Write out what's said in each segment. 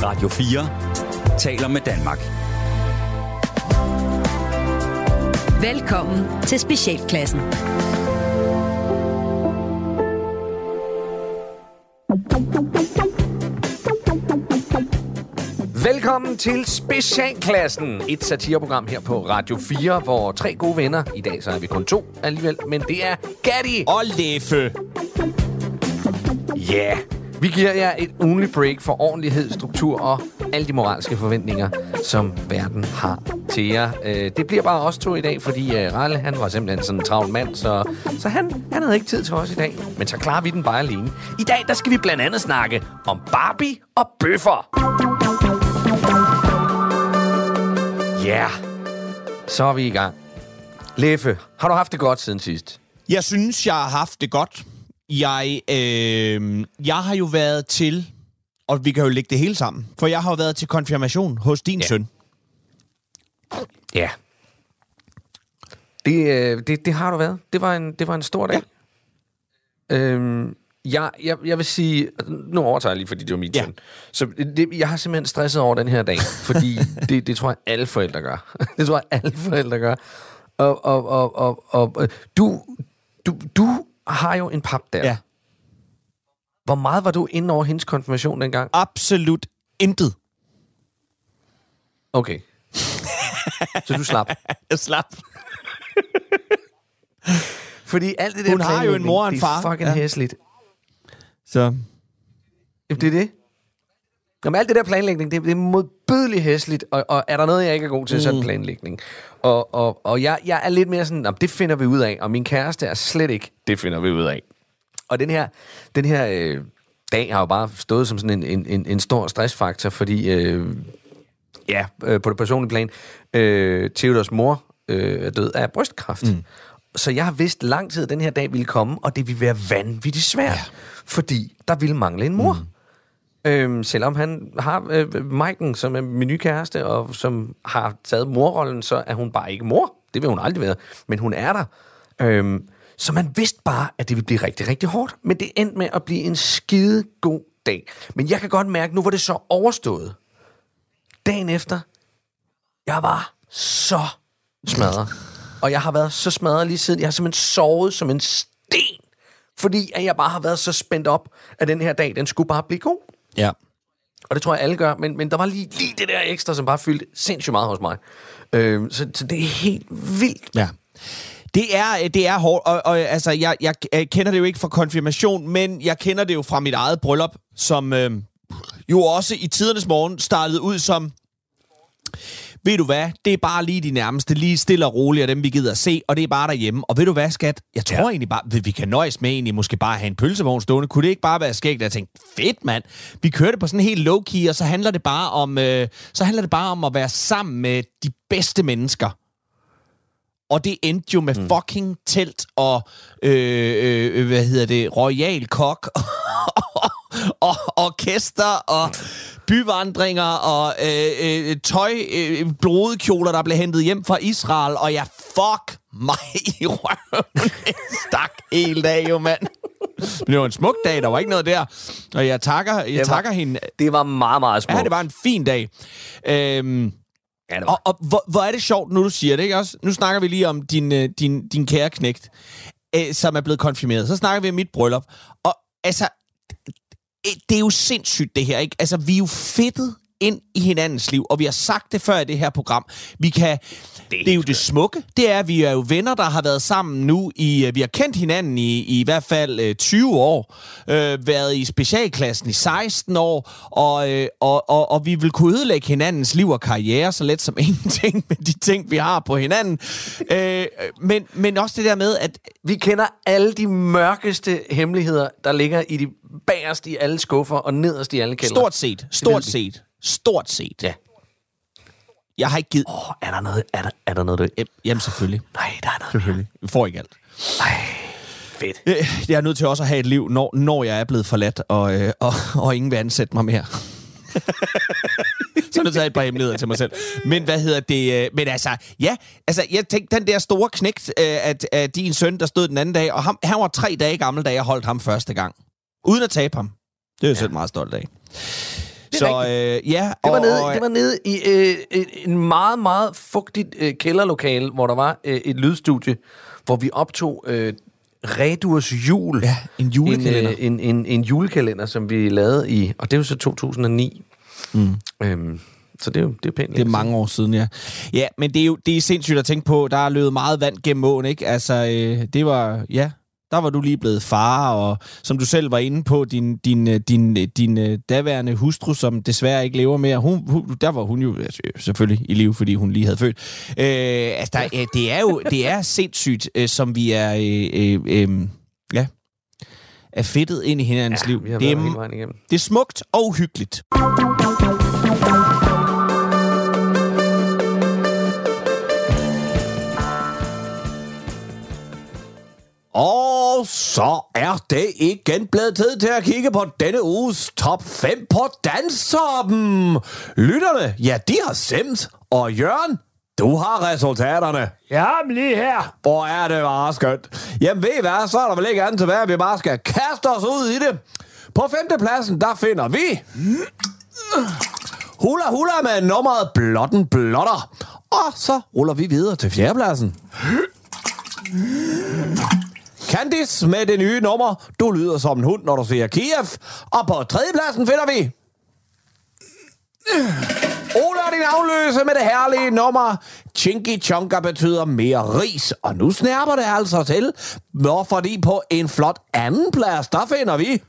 Radio 4 taler med Danmark. Velkommen til Specialklassen. Velkommen til Specialklassen, et satireprogram her på Radio 4, hvor tre gode venner, i dag så er vi kun to alligevel, men det er Gatti og Leffe. Ja, yeah. Vi giver jer et ugenligt break for ordentlighed, struktur og alle de moralske forventninger, som verden har til jer. Det bliver bare os to i dag, fordi Ralle, han var simpelthen sådan en travl mand, så han havde ikke tid til os i dag. Men så klarer vi den bare alene. I dag, der skal vi blandt andet snakke om Barbie og bøffer. Ja, yeah. Så er vi i gang. Leffe, har du haft det godt siden sidst? Jeg synes, jeg har haft det godt. Jeg har jo været til, og vi kan jo lægge det hele sammen, for jeg har jo været til konfirmation hos din søn. Ja. Det har du været. Det var en stor dag. Ja. Jeg vil sige, nu overtager jeg lige, fordi det var min søn. Så jeg har simpelthen stresset over den her dag, fordi det tror jeg alle forældre gør. Det tror jeg alle forældre gør. Og du har jo en pap der. Ja. Hvor meget var du inde over hendes konfirmation dengang? Absolut intet. Okay. Så du slap? Jeg slap. Fordi alt det der hun har jo en mor og en far. Det er fucking hæsligt. Så. Det er det. Jamen, alt det der planlægning, det er modbydeligt hæsligt, og er der noget, jeg ikke er god til, så er det planlægning. Og jeg er lidt mere sådan, det finder vi ud af, og min kæreste er slet ikke, det finder vi ud af. Og den her dag har jo bare stået som sådan en stor stressfaktor, fordi, på det personlige plan, Theodors mor er død af brystkræft. Så jeg har vidst lang tid, at den her dag ville komme, og det ville være vanvittigt svært, fordi der ville mangle en mor. Selvom han har Maiken, som er min nye kæreste, og som har taget morrollen, så er hun bare ikke mor. Det vil hun aldrig være. Men hun er der. Så man vidste bare, at det ville blive rigtig, rigtig hårdt. Men det endte med at blive en skide god dag. Men jeg kan godt mærke, nu var det så overstået. Dagen efter, jeg var så smadret. Og jeg har været så smadret lige siden. Jeg har simpelthen sovet som en sten. Fordi at jeg bare har været så spændt op, at den her dag, den skulle bare blive god. Ja. Og det tror jeg alle gør, men der var lige det der ekstra, som bare fyldte sindssygt meget hos mig. Så det er helt vildt. Ja. Det er hårdt, og altså, jeg kender det jo ikke fra konfirmation, men jeg kender det jo fra mit eget bryllup, som jo også i tidernes morgen startede ud som, ved du hvad, det er bare lige de nærmeste, lige stille og roligt, og dem vi gider at se, og det er bare derhjemme. Og ved du hvad, skat? Jeg tror egentlig bare, vi kan nøjes med egentlig måske bare have en pølsevogn stående. Kunne det ikke bare være skægt? Jeg tænkte, fedt mand. Vi kørte på sådan helt low-key, og så handler det bare om at være sammen med de bedste mennesker. Og det endte jo med fucking telt og, royal kok og orkester og byvandringer og brudekjoler, der blev hentet hjem fra Israel, og jeg fuck mig i røven. Stak hele dag jo, mand. Men det var en smuk dag, der var ikke noget der. Og jeg takker hende. Det var meget, meget smukt. Ja, det var en fin dag. Og hvor er det sjovt, nu du siger det, ikke også? Nu snakker vi lige om din kære knægt, som er blevet konfirmeret. Så snakker vi om mit bryllup. Og altså, det er jo sindssygt det her, ikke? Altså, vi er jo fedtet ind i hinandens liv, og vi har sagt det før i det her program. Det er jo det smukke. Det er, vi er jo venner, der har været sammen nu vi har kendt hinanden i hvert fald 20 år, været i specialklassen i 16 år, og vi vil kunne ødelægge hinandens liv og karriere så let som ingenting med de ting, vi har på hinanden. Men også det der med, at vi kender alle de mørkeste hemmeligheder, der ligger i de bagerst i alle skuffer og nederst i alle kælder. Stort set. Ja. Jeg har ikke givet... Er der noget, du... Jamen, selvfølgelig. Nej, der er noget. Selvfølgelig. Vi får ikke alt. Ej, fedt. Jeg er nødt til også at have et liv, når jeg er blevet forladt, og ingen vil ansætte mig mere. Så er nødt til at have et par hemmeligheder til mig selv. Men hvad hedder det? Men altså, ja. Altså, jeg tænkte, den der store knægt af din søn, der stod den anden dag, og han var 3 dage gammel, da jeg holdt ham første gang. Uden at tabe ham. Det er jeg selv meget stolt af. Så ja. Det var nede i en meget, meget fugtigt kælderlokale, hvor der var et lydstudie, hvor vi optog Redurs jul. Ja, en julekalender. En julekalender, som vi lavede i, og det er jo så 2009. Så det er pænt. Det er mange år siden, ja. Ja, men det er sindssygt at tænke på. Der er løbet meget vand gennem åen, ikke? Altså, det var, ja, der var du lige blevet far, og som du selv var inde på, din daværende hustru, som desværre ikke lever mere, der var hun jo selvfølgelig i live, fordi hun lige havde født. Det er sindssygt, som vi er, er fedtet ind i hinandens liv. Det er smukt og hyggeligt. Og så er det igen blevet tid til at kigge på denne uges top 5 på Danstoppen. Lytterne, ja, de har stemt. Og Jørgen, du har resultaterne. Jamen lige her. Hvor er det bare skønt. Jamen ved I hvad, så er der vel ikke andet tilbage, at vi bare skal kaste os ud i det. På 5. pladsen, der finder vi Hula Hula med nummeret Blotten Blotter. Og så ruller vi videre til 4. pladsen. Candice med det nye nummer Du lyder som en hund, når du ser Kiev. Og på 3. pladsen finder vi Ola din afløse med det herlige nummer Chinky Chonka betyder mere ris. Og nu snærper det altså til, fordi på en flot 2. plads, der finder vi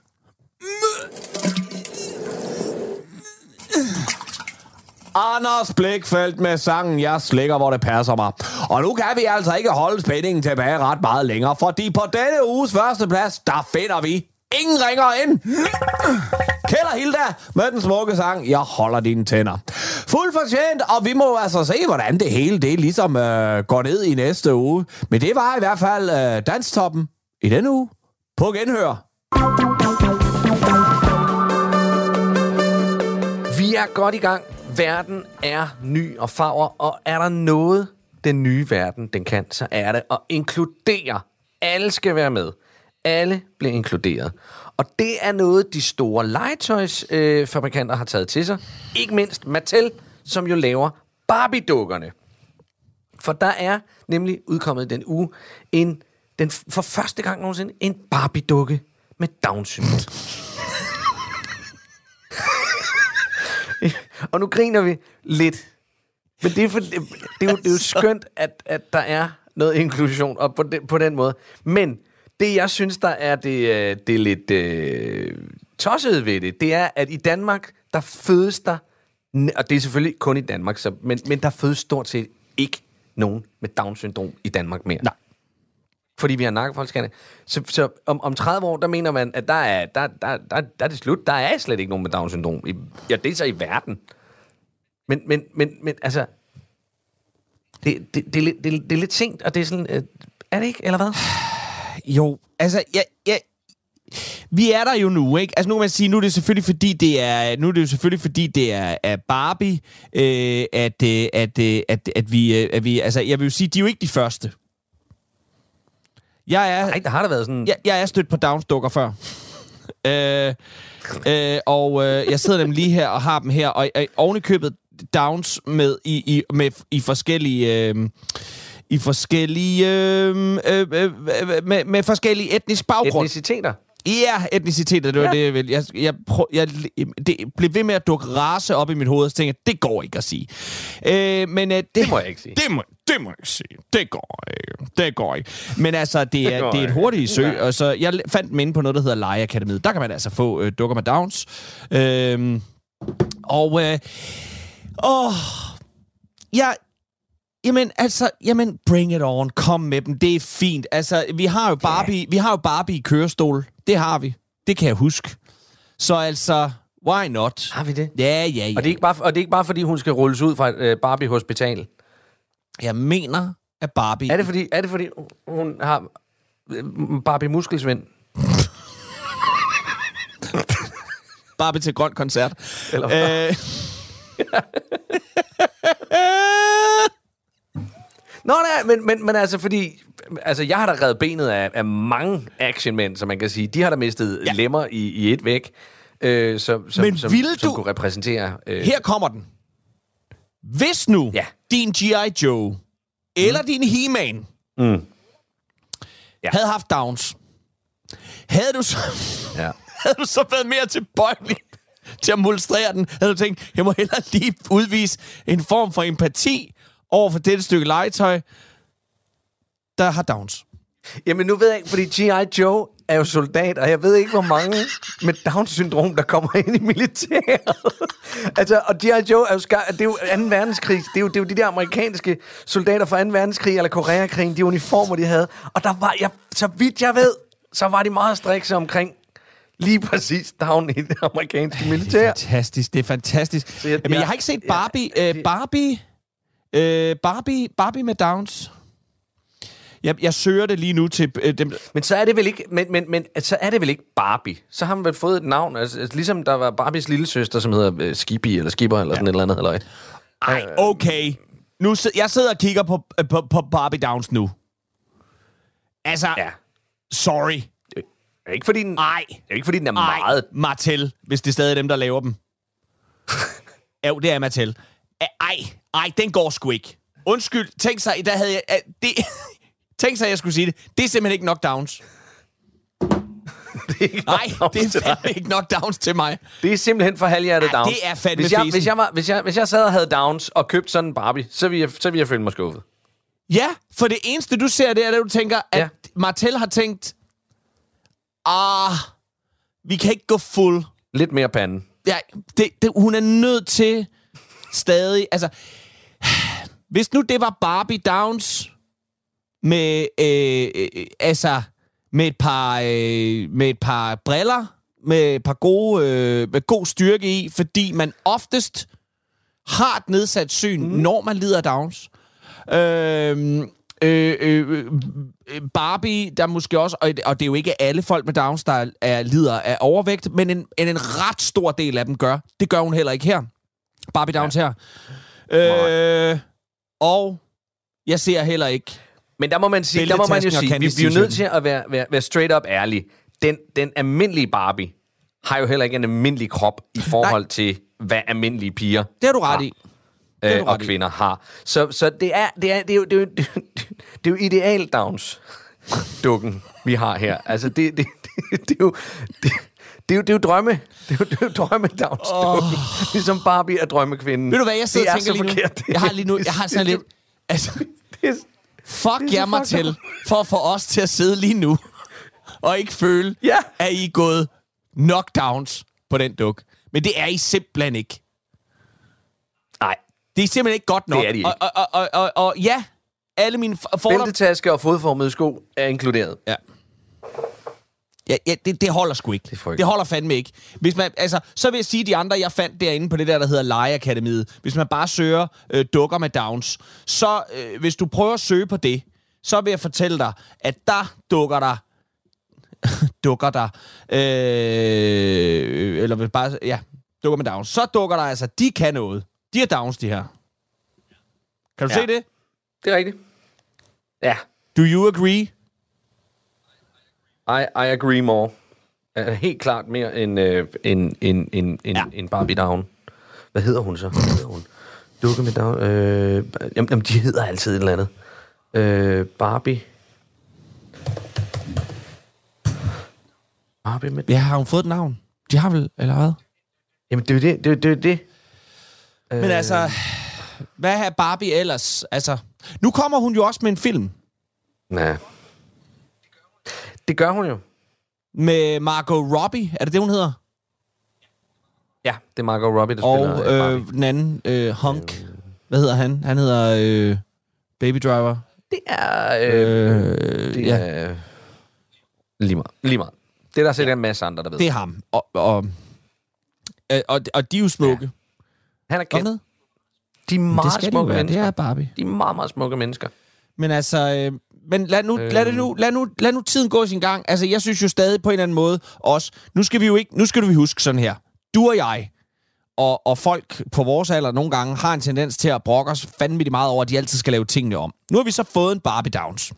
Anders Blikfeldt med sangen Jeg slikker, hvor det passer mig. Og nu kan vi altså ikke holde spændingen tilbage ret meget længere, fordi på denne uges 1. plads, der finder vi ingen ringer ind. Kjeld og Hilda med den smukke sang Jeg holder dine tænder. Fuldt fortjent, og vi må altså se, hvordan det hele det ligesom går ned i næste uge. Men det var i hvert fald Danstoppen i denne uge. På genhør. Vi er godt i gang. Verden er ny og farver, og er der noget, den nye verden, den kan, så er det at inkludere. Alle skal være med. Alle bliver inkluderet. Og det er noget, de store legetøjsfabrikanter har taget til sig. Ikke mindst Mattel, som jo laver Barbie-dukkerne. For der er nemlig udkommet den uge for første gang nogensinde en Barbie-dukke med Down-syndrom. Og nu griner vi lidt. Men det er jo skønt, at der er noget inklusion og på den måde. Men det, jeg synes, der er det lidt tossede ved det er, at i Danmark, der fødes der, og det er selvfølgelig kun i Danmark, men der fødes stort set ikke nogen med Down-syndrom i Danmark mere. Nej. Fordi vi har nakkefoldskande. Så om 30 år, der mener man, at der er det slut. Der er slet ikke nogen med Down-syndrom. Ja, det er så i verden. Men altså, det er lidt sent, og det er sådan, er det ikke, eller hvad? Jo, altså, vi er der jo nu, ikke? Altså, nu kan man sige, nu er det selvfølgelig fordi det er Barbie, at vi, altså, jeg vil jo sige, de er jo ikke de første. Nej, der har der været sådan... Jeg er stødt på Downs-dukker før. Jeg sidder dem lige her og har dem her, og ovenikøbet Downs med forskellige... med forskellige etnisk baggrund. Etniciteter? Ja, etniciteter, det var det, jeg ville. Det blev ved med at dukke race op i mit hoved, og så tænkte jeg, det går ikke at sige. Det må jeg ikke sige. Det må jeg ikke sige. Det går ikke. Men altså, det er et hurtigt søg, og så jeg fandt dem inde på noget, der hedder Legeakademiet. Der kan man altså få dukker med Downs. Jamen, bring it on. Kom med dem. Det er fint. Altså, vi har jo Barbie i kørestol. Det har vi. Det kan jeg huske. Så altså, why not? Har vi det? Ja. Og det er ikke bare fordi hun skal rulles ud fra et Barbie-hospital. Jeg mener, at Barbie... Er det fordi hun har Barbie-muskelsvind? Barbie til grøn koncert. Eller Nå, men altså, fordi... Altså, jeg har da revet benet af mange actionmænd, som man kan sige. De har da mistet lemmer i et væk. som kunne repræsentere... Her kommer den. Hvis nu din G.I. Joe eller din He-Man havde haft Downs, havde du så været mere tilbøjelig til at molestrere den? Havde du tænkt, jeg må hellere lige udvise en form for empati over for dette stykke legetøj, der har Downs? Jamen nu ved jeg ikke, fordi G.I. Joe er jo soldat, og jeg ved ikke, hvor mange med Down-syndrom, der kommer ind i militæret. Altså, og G.I. Joe er jo det er jo 2. verdenskrig. Det er jo de der amerikanske soldater fra 2. verdenskrig, eller Koreakrigen, de uniformer, de havde. Og der var, så vidt jeg ved, så var de meget strikse omkring lige præcis Down i det amerikanske militær. Det er fantastisk. Men jeg har ikke set Barbie med Downs. Jeg søger det lige nu til dem. Men så er det vel ikke, men så er det vel ikke Barbie. Så har man vel fået et navn, altså ligesom der var Barbies lillesøster, som hedder Skippy eller Skipper eller sådan et eller andet. Eller ej, okay. Nu jeg sidder og kigger på Barbie Downs nu. Altså, sorry. Det er ikke fordi den, det er ikke fordi den er meget... Mattel, hvis det er stadig dem, der laver dem. Jo, det er Mattel. Ej, den går sgu ikke. Undskyld, tænk sig, der havde jeg... Tænk sig, jeg skulle sige det. Det er simpelthen ikke nok Downs. Det er fandme ikke nok Downs til mig. Det er simpelthen for halvhjertet Downs. Det er fandme hvis jeg sad og havde Downs og købt sådan en Barbie, så ville jeg føle mig skuffet. Ja, for det eneste, du ser, det er, at du tænker, at Mattel har tænkt, vi kan ikke gå fuld. Lidt mere pande. Ja, hun er nødt til stadig... Altså, hvis nu det var Barbie Downs... med et par briller, med et par med god styrke i, fordi man oftest har et nedsat syn, når man lider af Downs. Barbie, der måske også, og det er jo ikke alle folk med Downs, der lider af overvægt, men en ret stor del af dem gør. Det gør hun heller ikke her. Barbie Downs her. Og jeg ser heller ikke. Men der må man sige, vi er jo nødt til at være straight up ærlig. Den almindelige Barbie har jo heller ikke en almindelig krop i forhold til, hvad almindelige piger det har du ret i. Og kvinder har. Så det er jo ideal Downs dukken, vi har her. Altså, det er jo drømme. Det er jo drømme Downs dukken. Ligesom Barbie er drømmekvinden. Ved du hvad, jeg sidder og tænker lige nu? Jeg har sådan lidt... Altså... Fuck jer mig til, for at få os til at sidde lige nu, og ikke føle, at I er gået knockdowns på den duk. Men det er I simpelthen ikke. Nej. Det er simpelthen ikke godt nok. Det er de ikke. Og ja, alle mine fordomme... Bæltetaske og fodformede sko er inkluderet. Ja. Ja, det holder sgu ikke. Det holder fandme ikke. Hvis man, altså, så vil jeg sige, de andre, jeg fandt derinde på det der hedder Legeakademiet. Hvis man bare søger dukker med Downs, så hvis du prøver at søge på det, så vil jeg fortælle dig, at der dukker der, eller hvis bare, dukker med Downs. Så dukker der altså, de kan noget. De er Downs, de her. Kan du se det? Det er rigtigt. Ja. Do you agree? I agree more. Helt klart mere end Barbie Down. Hvad hedder hun så? Dukke med Down. Jamen, de hedder altid et eller andet. Barbie med... Ja, har hun fået et navn? De har vel, eller hvad? Jamen, det er jo det. Men altså, hvad er Barbie ellers? Altså, nu kommer hun jo også med en film. Nej. Det gør hun jo. Med Margot Robbie, er det hun hedder? Ja, det er Margot Robbie, der spiller og den anden, Hunk. Hvad hedder han? Han hedder Baby Driver. Det er... Lige meget. Det er der sikkert en masse andre, der ved. Det er ham. Og de er jo smukke. Ja. Han er kendt. De er meget smukke mennesker. Det er Barbie. De er meget, meget smukke mennesker. Men altså... Men lad nu tiden gå sin gang. Altså, jeg synes jo stadig på en eller anden måde også... Nu skal vi huske sådan her. Du og jeg, og folk på vores alder nogle gange, har en tendens til at brokke os fandme meget over, at de altid skal lave tingene om. Nu har vi så fået en Barbie Downs.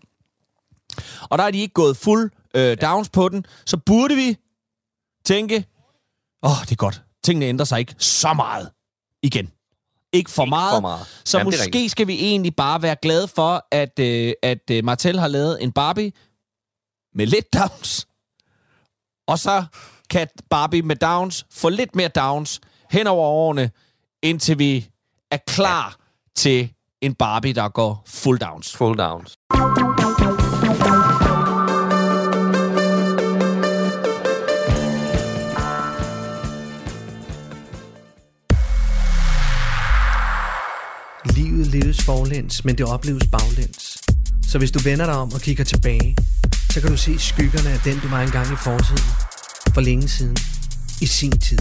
Og der er de ikke gået fuld Downs på den. Så burde vi tænke... det er godt. Tingene ændrer sig ikke så meget igen. Ikke for meget. Så jamen, måske skal vi egentlig bare være glade for, at Mattel har lavet en Barbie med lidt downs. Og så kan Barbie med downs få lidt mere downs hen over årene, indtil vi er klar til en Barbie, der går full downs. Full downs. Livet leves forlæns, men det opleves baglæns. Så hvis du vender dig om og kigger tilbage, så kan du se skyggerne af den, du var engang i fortiden. For længe siden. I sin tid.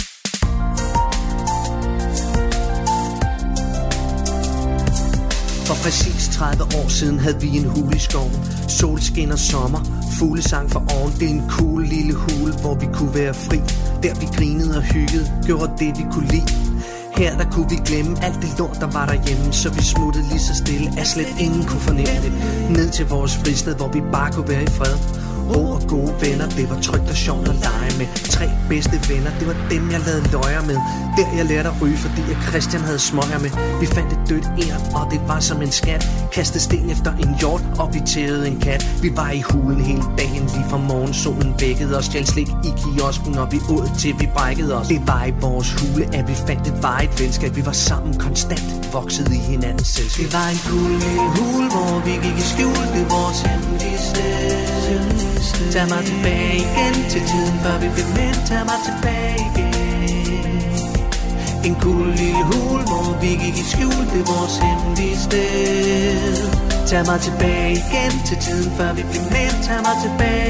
For præcis 30 år siden havde vi en hule i skoven. Solskin og sommer, fuglesang for oven. Det er en cool lille hule, hvor vi kunne være fri. Der vi grinede og hyggede, gjorde det vi kunne lide. Her der kunne vi glemme alt det lort, der var derhjemme. Så vi smuttede lige så stille, at slet ingen kunne fornemme det. Ned til vores fristed, hvor vi bare kunne være i fred. Ro og gode venner, det var trygt og sjovt at lege med. 3 bedste venner, det var dem jeg lavede løjer med. Der jeg lærte at ryge, fordi jeg Christian havde smøger med. Vi fandt et dødt ært, og det var som en skat. Kastede sten efter en hjort, og vi tævede en kat. Vi var i hulen hele dagen, lige fra morgensolen vækkede os. Stjal slik i kiosken, og vi åd til vi brækkede os. Det var i vores hule, at vi fandt et varigt venskab. Vi var sammen konstant, voksede i hinandens selskab. Det var en cool lille hule, hvor vi gik i skjul. Det var vores hemmelige sted. Tag mig tilbage igen til tiden, før vi blev mænd. Tag mig tilbage igen. En cool lille hul, hvor vi gik i skjul. Det er vores hemmelige sted. Tag mig tilbage igen til tiden, før vi blev mænd. Tag mig tilbage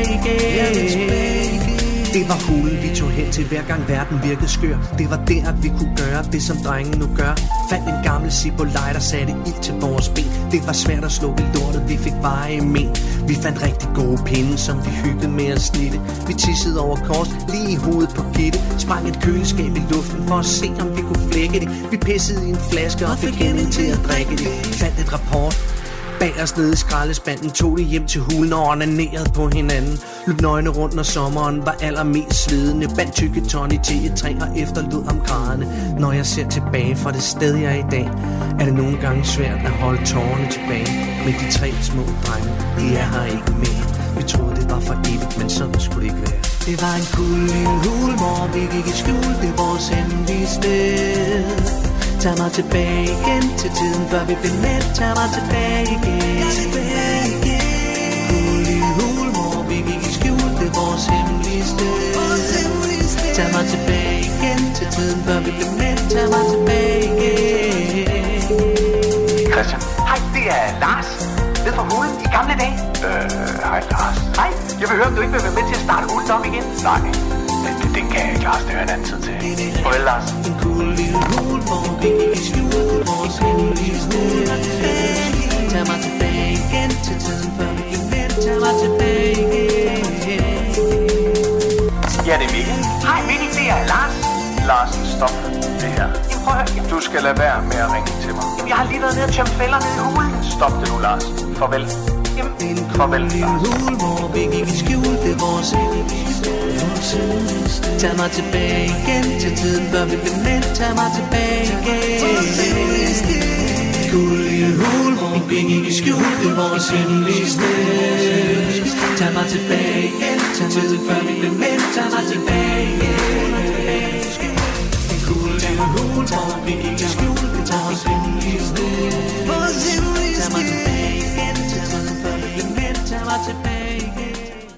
igen. Det var hulen, vi tog hen til hver gang verden virkede skør. Det var der, at vi kunne gøre det, som drengen nu gør. Fandt en gammel Zippo-Light og satte ild til vores ben. Det var svært at slukke lortet, vi fik veje men. Vi fandt rigtig gode pinde, som vi hyggede med at snitte. Vi tissede over kors, lige i hovedet på Gitte. Sprang et køleskab i luften for at se, om vi kunne flække det. Vi pissede i en flaske og fik hende til at drikke det. Fandt et rapport bag os nede i skraldespanden, tog det hjem til hulen og onanerede på hinanden. Løb nøgne rundt, når sommeren var allermest svedende. Bandt tykke Tony til et træ og efterlod ham grædende. Når jeg ser tilbage fra det sted, jeg er i dag, er det nogle gange svært at holde tårerne tilbage. Men de 3 små drenge, de er her ikke mere. Vi troede, det var for evigt, men sådan skulle det ikke være. Det var en cool lille hul, hvor vi gik i skjul. Det er vores hemmelige sted. Tag mig tilbage igen til tiden, før vi blev mænd. Tag mig tilbage igen. Cool lille hul, hvor vi gik i skjul. Det er vores hemmelige sted. Tag mig tilbage igen til tiden, før vi blev mænd. Tag mig tilbage igen. Christian. Hej, det er Lars. Nede fra hulen i gamle dage. Hej Lars. Hej, jeg vil høre, om du ikke vil være med til at starte hulen op igen. Nej, det kan jeg ikke, Lars. Det er en anden tid til. Farvel, Lars. En cool lille hul, hvor vi gik i skjul. Det er vores hemmelige sted. Tag mig tilbage igen til tiden, før vi blev mænd. Tag mig tilbage igen. Ja, det er Mikkel. Hej Mikkel, det er Lars. Larsen, stop det her. Jamen, prøv at høre. Du skal lade være med at ringe til mig. Jamen, jeg har lige været nede og tømme fælder nede i hulen. Stop det nu, Lars. Farvel. Jamen, Farvel, Lars. Hul, hvor vi gik i skjul. Det er vores hemmelige sted. Tag mig tilbage igen til tiden, før vi blev mænd. Tag mig tilbage igen. Cool lille hul, hvor vi gik i skjul. Det er vores hemmelige sted. Tag mig tilbage igen til tiden, før vi blev mænd. Tag mig tilbage igen. Cool lille hul, hvor vi gik i skjul. Det er vores hemmelige sted. Tag mig tilbage igen til tiden, før vi blev mænd. Tag mig tilbage igen.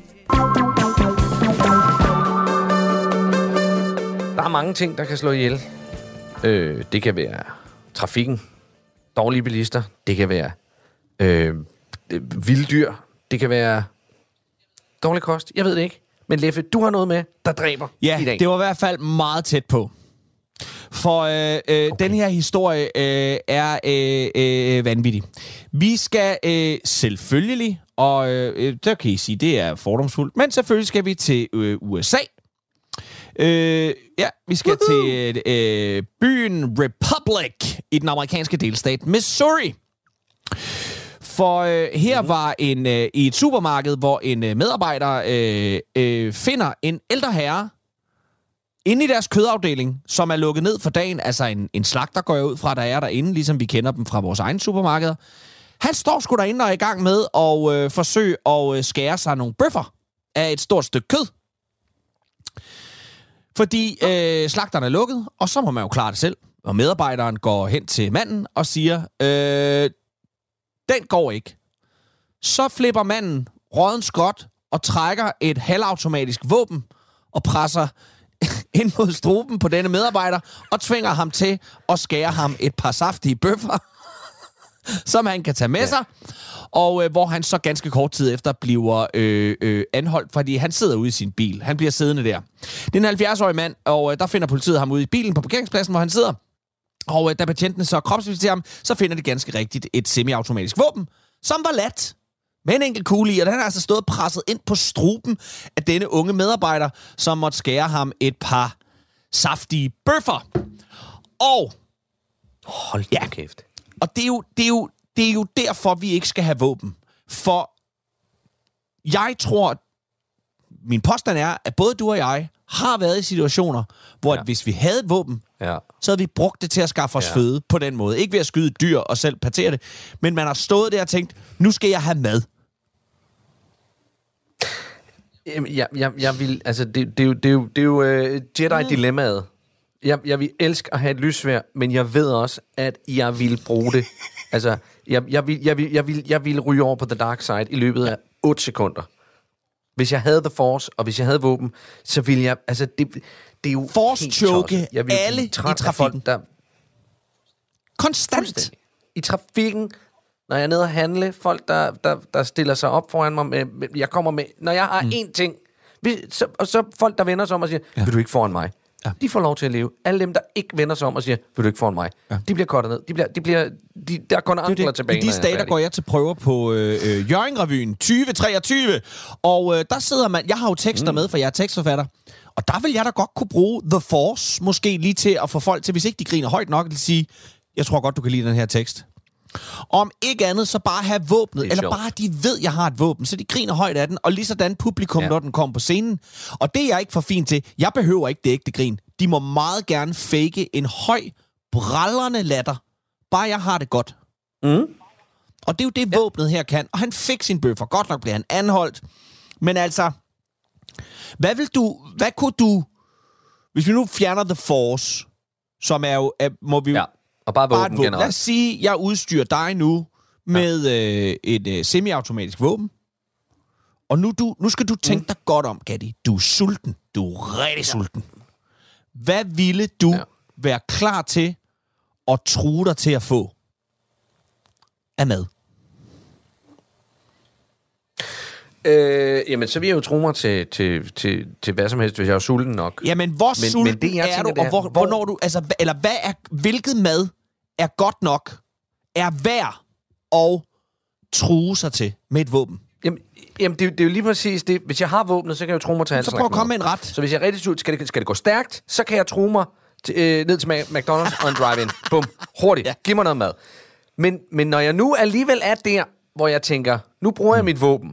Der er mange ting, der kan slå ihjel. Det kan være trafikken, dårlige bilister, det kan være vilddyr, det kan være dårlig kost. Jeg ved det ikke. Men Leffe, du har noget med, der dræber i dag. Det var i hvert fald meget tæt på. For den her historie er vanvittig. Vi skal selvfølgelig, og der kan I sige, det er fordomsfuldt, men selvfølgelig skal vi til USA. Vi skal til byen Republic i den amerikanske delstat Missouri. For her var i et supermarked, hvor en medarbejder finder en ældre herre, som inde i deres kødafdeling, som er lukket ned for dagen, altså en slagter går jeg ud fra, der er derinde, ligesom vi kender dem fra vores egne supermarkeder. Han står sgu derinde og er i gang med at forsøge at skære sig nogle bøffer af et stort stykke kød. Fordi slagteren er lukket, og så må man jo klare det selv. Og medarbejderen går hen til manden og siger, den går ikke. Så flipper manden rådden skot og trækker et halvautomatisk våben og presser ind mod struben på denne medarbejder og tvinger ham til at skære ham et par saftige bøffer, som han kan tage med sig, og hvor han så ganske kort tid efter bliver anholdt, fordi han sidder ude i sin bil. Han bliver siddende der. Det er en 70-årig mand, og der finder politiet ham ude i bilen på parkeringspladsen, hvor han sidder. Og da betjentene så kropsvisiterer ham, så finder de ganske rigtigt et semiautomatisk våben, som var ladt med en enkelt kugle i, og den har altså stået presset ind på struben af denne unge medarbejder, som måtte skære ham et par saftige bøffer. Og Hold da kæft. Og det er jo derfor, vi ikke skal have våben. For jeg tror, min påstand er, at både du og jeg har været i situationer, hvor at hvis vi havde et våben, så havde vi brugt det til at skaffe os føde på den måde. Ikke ved at skyde et dyr og selv partere det, men man har stået der og tænkt, nu skal jeg have mad. Jeg vil, altså, det er jo Jedi-dilemmaet. Jeg vil elske at have et lysværd, men jeg ved også, at jeg vil bruge det. Altså, jeg vil ryge over på the dark side i løbet af 8 sekunder. Hvis jeg havde The Force, og hvis jeg havde våben, så ville jeg... Altså, det er jo Force-choke alle i trafikken. Folk, der konstant. I trafikken, når jeg er nede og handle, folk, der stiller sig op foran mig med... Jeg kommer med... Når jeg har én ting... Og så folk, der vender sig om og siger, vil du ikke foran mig? Ja. De får lov til at leve. Alle dem, der ikke vender sig om og siger, vil du ikke foran mig? Ja. De bliver kortet ned. Der er kun ankler tilbage. I de stater går jeg til prøver på Hjørring-revyen 2023. Og der sidder man... Jeg har jo tekster med, for jeg er tekstforfatter. Og der vil jeg da godt kunne bruge The Force, måske lige til at få folk til, hvis ikke de griner højt nok, at sige, jeg tror godt, du kan lide den her tekst. Om ikke andet, så bare have våbnet, eller sjovt. Bare de ved, jeg har et våben, så de griner højt af den, og lige sådan publikum, når den kommer på scenen. Og det er jeg ikke for fint til. Jeg behøver ikke det ægte grin. De må meget gerne fake en høj, brallerne latter. Bare jeg har det godt. Og det er jo det, våbnet her kan. Og han fik sin bøffer. Godt nok bliver han anholdt. Men altså, hvad kunne du, hvis vi nu fjerner The Force, som er jo, må vi jo, og bare våben generelt. Lad os sige, jeg udstyrer dig nu med et semiautomatisk våben. Og nu skal du tænke dig godt om, Gatti. Du er sulten. Du er rigtig sulten. Hvad ville du være klar til at true dig til at få af mad? Jamen, så vil jeg jo tro mig til hvad som helst, hvis jeg er sulten nok. Jamen, hvor sulten det, er du, og hvornår du... Altså, eller hvilket mad er godt nok, er værd at true sig til med et våben? Jamen det er jo lige præcis det. Hvis jeg har våbnet, så kan jeg jo true mig til alt. Så prøv at komme med en ret. Så hvis jeg er rigtig sulten, skal det gå stærkt, så kan jeg true mig ned til McDonald's og en drive-in. Bum. Hurtigt. Ja. Giv mig noget mad. Men når jeg nu alligevel er der, hvor jeg tænker, nu bruger jeg mit våben.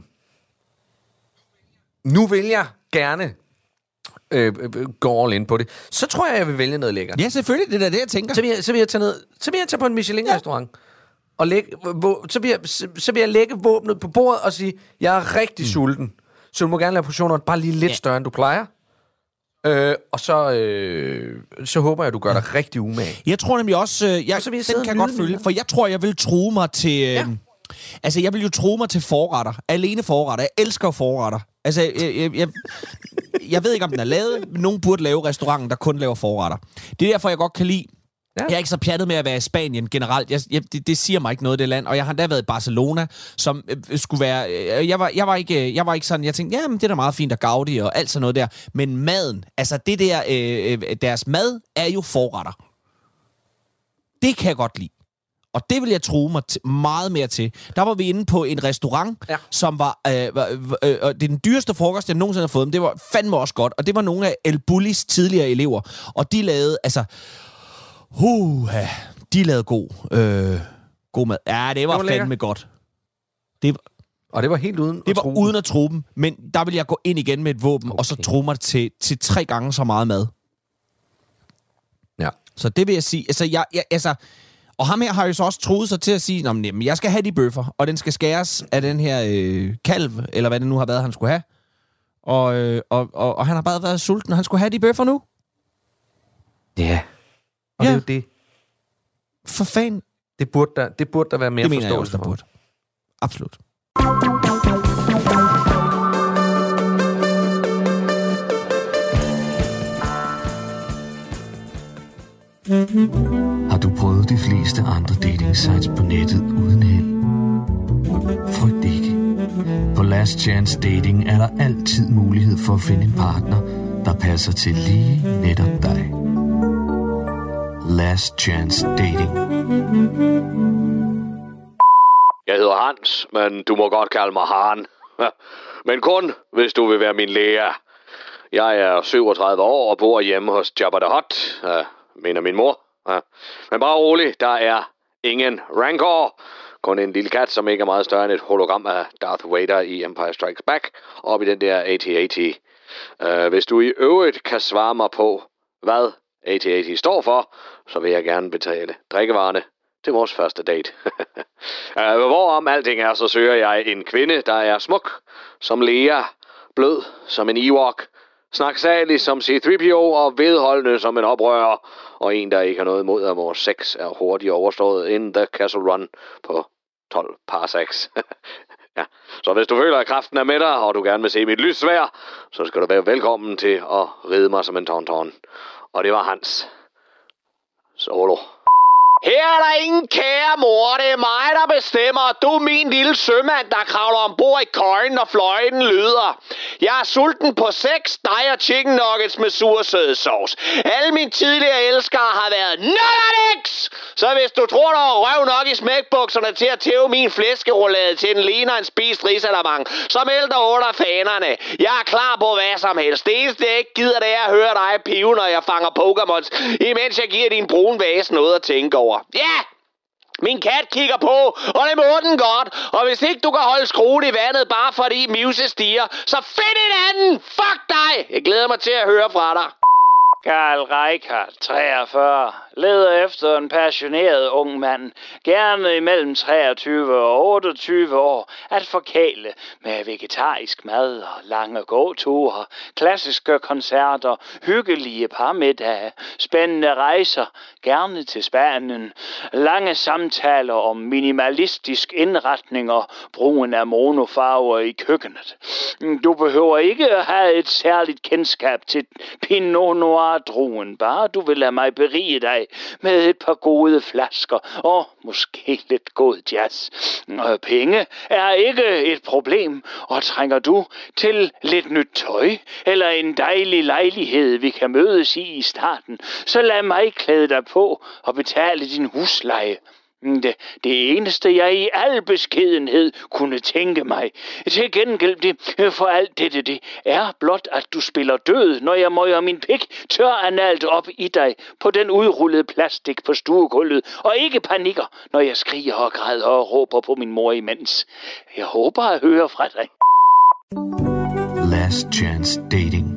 Nu vil jeg gerne gå all in på det. Så tror jeg vil vælge noget lækkert. Ja, selvfølgelig. Det er det, jeg tænker. Så vil jeg tage på en Michelin-restaurant. Og så vil jeg lægge våbnet på bordet og sige, jeg er rigtig sulten. Så du må gerne lave portioner bare lige lidt større, end du plejer. Og så håber jeg, du gør dig rigtig umage. Jeg tror nemlig også, den kan jeg godt følge, for jeg tror, jeg vil true mig til... Altså, jeg vil jo true mig til forretter. Alene forretter. Jeg elsker forretter. Altså, jeg ved ikke, om den er lavet, men nogen burde lave restauranten, der kun laver forretter. Det er derfor, jeg godt kan lide. Ja. Jeg er ikke så pjattet med at være i Spanien generelt. Det siger mig ikke noget, det land. Og jeg har endda været i Barcelona, som skulle være... Jeg var ikke sådan... Jeg tænkte, jamen, det er da meget fint at Gaudi og alt sådan noget der. Men maden, altså det der... deres mad er jo forretter. Det kan jeg godt lide. Og det vil jeg true mig meget mere til. Der var vi inde på en restaurant, som var... det er den dyreste frokost, jeg nogensinde har fået. Men det var fandme også godt. Og det var nogle af El Bullis tidligere elever. Og de lavede... Altså... de lavede god mad. Ja, det var fandme godt. Og det var helt uden det var uden at true dem. Men der vil jeg gå ind igen med et våben, og så true mig til 3 gange så meget mad. Så det vil jeg sige. Altså, og ham her har jo så også troet sig til at sige, jamen, jeg skal have de bøffer, og den skal skæres af den her kalv, eller hvad det nu har været, han skulle have. Og han har bare været sulten, og han skulle have de bøffer nu. Ja. Og det er jo det. For fanden. Det burde der være mere forståelse for. Burde. Absolut. Har du prøvet de fleste andre dating sites på nettet uden held? Frygt ikke. På Last Chance Dating er der altid mulighed for at finde en partner, der passer til lige netop dig. Last Chance Dating. Jeg hedder Hans, men du må godt kalde mig Han. Men kun, hvis du vil være min læge. Jeg er 37 år og bor hjemme hos Jabba the Hutt, mener min mor. Men bare rolig, der er ingen Rancor. Kun en lille kat, som ikke er meget større end et hologram af Darth Vader i Empire Strikes Back, op i den der AT-AT. Hvis du i øvrigt kan svare mig på, hvad AT-AT står for, så vil jeg gerne betale drikkevarerne til vores første date. Hvorom alting er, så søger jeg en kvinde, der er smuk som Leia, blød som en Ewok, snaksalig som C-3PO og vedholdende som en oprører, og en, der ikke har noget imod, at vores sex er hurtigt overstået inden The Castle Run på 12 parsecs. Ja. Så hvis du føler, at kraften er med dig, og du gerne vil se mit lyssværd, så skal du være velkommen til at ride mig som en tauntaun. Og det var Hans. Solo. Her er der ingen kære mor, det er mig, der bestemmer. Du er min lille sømand, der kravler ombord i køjen, når fløjten lyder. Jeg er sulten på sex, dig og chicken nuggets med sursødsauce. Alle mine tidligere elskere har været nuggets! Så hvis du tror, der er røv nok i smækbukserne til at tæve min flæskeroulade til den ligner en spist risalamang, så meld dig under fanerne. Jeg er klar på hvad som helst. Det eneste, jeg ikke gider, det er at høre dig pive, når jeg fanger Pokémons, imens jeg giver din brune vase noget at tænke over. Ja! Min kat kigger på, og det må den godt. Og hvis ikke du kan holde skruen i vandet, bare fordi Muse stiger, så find en anden! Fuck dig! Jeg glæder mig til at høre fra dig. Karl Reichardt, 43, leder efter en passioneret ung mand, gerne imellem 23 og 28 år, at forkæle med vegetarisk mad og lange gåture, klassiske koncerter, hyggelige parmiddage, spændende rejser, gerne til Spanien, lange samtaler om minimalistisk indretning og brugen af monofarver i køkkenet. Du behøver ikke at have et særligt kendskab til Pinot Noir-druen, bare du vil lade mig berige dig med et par gode flasker og måske lidt god jazz. Penge er ikke et problem, og trænger du til lidt nyt tøj eller en dejlig lejlighed, vi kan mødes i starten, så lad mig klæde dig på og betale din husleje. Det eneste, jeg i al beskedenhed kunne tænke mig til gengæld for alt dette, det er blot, at du spiller død, når jeg møjer min pik tøranalt op i dig på den udrullede plastik på stuegulvet, og ikke panikker, når jeg skriger og græder og råber på min mor imens. Jeg håber at høre fra dig. Last Chance Dating.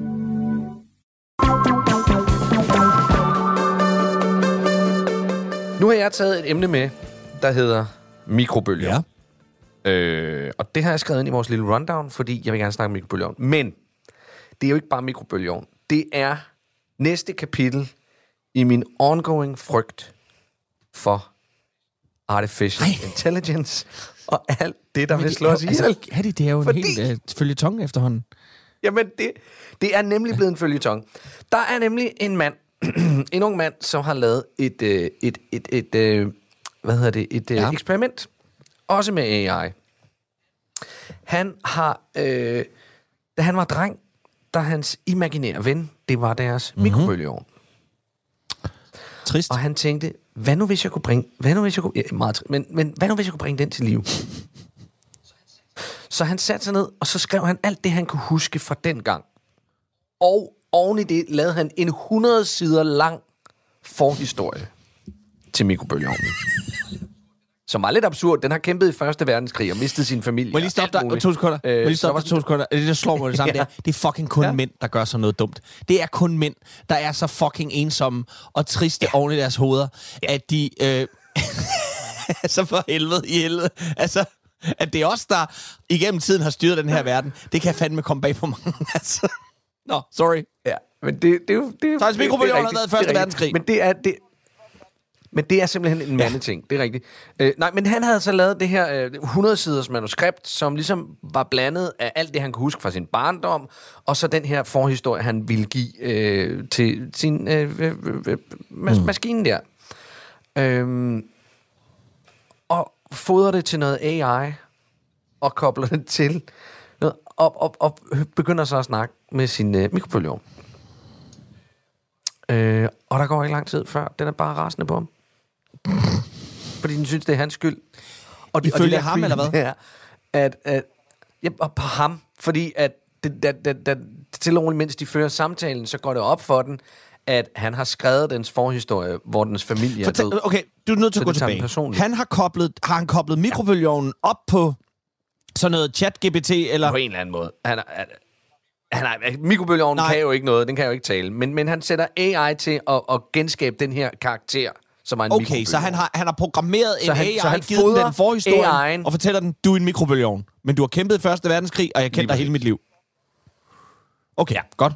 Nu har jeg taget et emne med, der hedder mikrobølger. Ja. Og det har jeg skrevet ind i vores lille rundown, fordi jeg vil gerne snakke om mikrobølgeovn. Men det er jo ikke bare mikrobølgeovn. Det er næste kapitel i min ongoing frygt for artificial intelligence og alt det, der vil slå os ihjel. Det er jo en helt føljeton efterhånden. Jamen, det er nemlig blevet en føljeton. Der er nemlig en mand, en ung mand, som har lavet et eksperiment, også med AI. Han har, da han var dreng, da hans imaginære ven, det var deres mikrobølgeovn. Trist. Og han tænkte, hvad nu hvis jeg kunne bringe, men hvad nu hvis jeg kunne bringe den til liv? Så han satte sig ned, og så skrev han alt det, han kunne huske fra den gang. Og oven i det lavede han en 100 sider lang forhistorie til mikrobølgeovnen. som var lidt absurd. Den har kæmpet i Første Verdenskrig og mistet sin familie. Må jeg lige stoppe dig 2 sekunder? Må jeg lige stoppe dig 2 sekunder? Det, der slår mig det samme, det er fucking kun mænd, der gør sådan noget dumt. Det er kun mænd, der er så fucking ensomme og triste oven i deres hoveder, at de... altså for helvede. Altså, at det er os, der igennem tiden har styret den her verden. Det kan fandme komme bag på mange. Altså. Nå, sorry. Ja, men det er jo... Så mikrobølgeovnen har været i Første Verdenskrig. Men det er simpelthen en mandeting, det er rigtigt. Nej, men han havde så lavet det her 100-siders manuskript, som ligesom var blandet af alt det, han kunne huske fra sin barndom, og så den her forhistorie, han ville give til sin maskine der. Og fodrer det til noget AI, og kobler det til noget, og begynder så at snakke med sin mikrobølgeovn. Og der går ikke lang tid før, den er bare rasende på ham. Fordi den synes, det er hans skyld. Og ifølge ham, eller hvad? Ja, og på ham. Fordi at til og roligt, mens de fører samtalen, så går det op for den, at han har skrevet dens forhistorie, hvor dens familie er død. Okay, du er nødt til at gå tilbage. Har han koblet mikrobølgeovnen op på sådan noget chat-GPT, eller? På en eller anden måde. Mikrobølgeovnen kan jo ikke noget, den kan jo ikke tale. Men han sætter AI til at genskabe den her karakter, som er en mikrobølgeovn. Okay, så han har programmeret en AI, givet den forhistorie, og fortæller den, du er en mikrobølgeovn. Men du har kæmpet i Første Verdenskrig, og jeg kender dig hele mit liv. Okay, godt.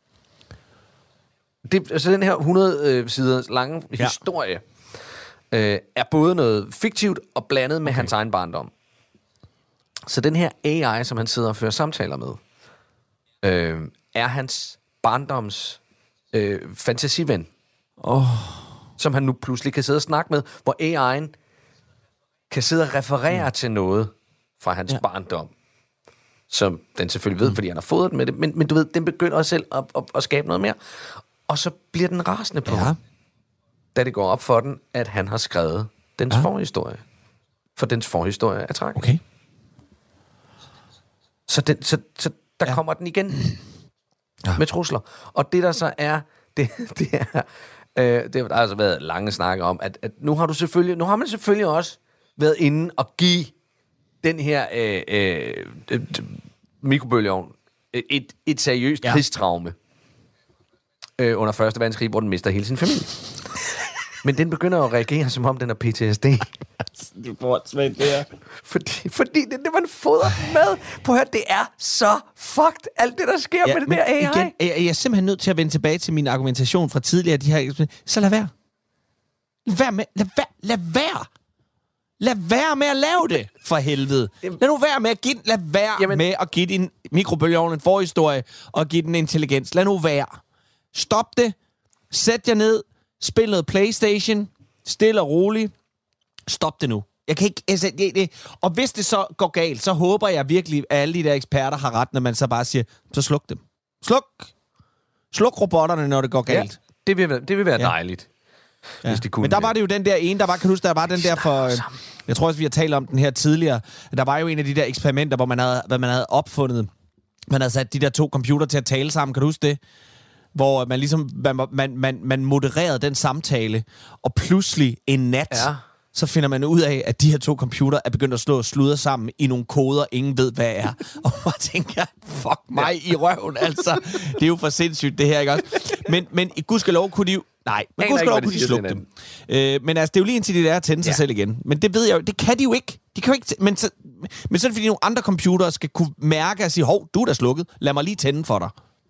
Så den her 100-siders lange historie er både noget fiktivt og blandet med hans egen barndom. Så den her AI, som han sidder og fører samtaler med, er hans barndoms fantasiven. Som han nu pludselig kan sidde og snakke med, hvor AI'en kan sidde og referere til noget fra hans barndom, som den selvfølgelig ved, fordi han har fodret med det, men du ved, den begynder også selv at skabe noget mere. Og så bliver den rasende på, da det går op for den, at han har skrevet dens forhistorie. For dens forhistorie er tragisk. Okay. Så der kommer den igen med trusler. Og det der så er, det er, det har altså været lange snakke om, at nu har man selvfølgelig også været inde og give den her mikrobølgeovn et seriøst krigstraume under Første Verdenskrig, hvor den mister hele sin familie. Men den begynder at reagere, som om den har PTSD. Du får svært det her. Fordi det var en foder med. Prøv at høre, det er så fucked, alt det, der sker med det der AI. Igen, jeg er simpelthen nødt til at vende tilbage til min argumentation fra tidligere. Så lad være. Lad være med at lave det, for helvede. Lad nu være med at give din mikrobølgeovn en forhistorie og give den intelligens. Lad nu være. Stop det. Sæt jer ned. Spil noget PlayStation. Stille og roligt. Stop det nu. Jeg kan ikke... Og hvis det så går galt, så håber jeg virkelig, at alle de der eksperter har ret, når man så bare siger, så sluk dem. Sluk robotterne, når det går galt. Ja, det vil være dejligt. Ja. Hvis de kunne. Men der var det jo den der ene, der var, kan du huske, der var den der for... Jeg tror også, vi har talt om den her tidligere. Der var jo en af de der eksperimenter, hvor man havde opfundet... Man havde sat de der 2 computer til at tale sammen. Kan du huske det? Hvor man ligesom... Man modererede den samtale, og pludselig en nat... Så finder man ud af, at de her 2 computer er begyndt at slå og sludre sammen i nogle koder, ingen ved, hvad er. Og man tænker, fuck mig i røven, altså. Det er jo for sindssygt, det her, ikke også? Men i gudskelov kunne de jo... Nej, men gudskelov kunne de slukke dem. Men altså, det er jo lige indtil de der tænde sig selv igen. Men det ved jeg jo, det kan de jo ikke. De kan jo ikke men så er det fordi, nogle andre computere skal kunne mærke og sige, hov, du er da slukket, lad mig lige tænde for dig.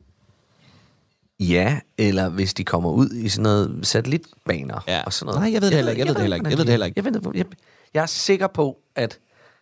Ja, eller hvis de kommer ud i sådan noget satellitbaner og sådan noget. Nej, jeg ved det heller ikke. Jeg er sikker på, at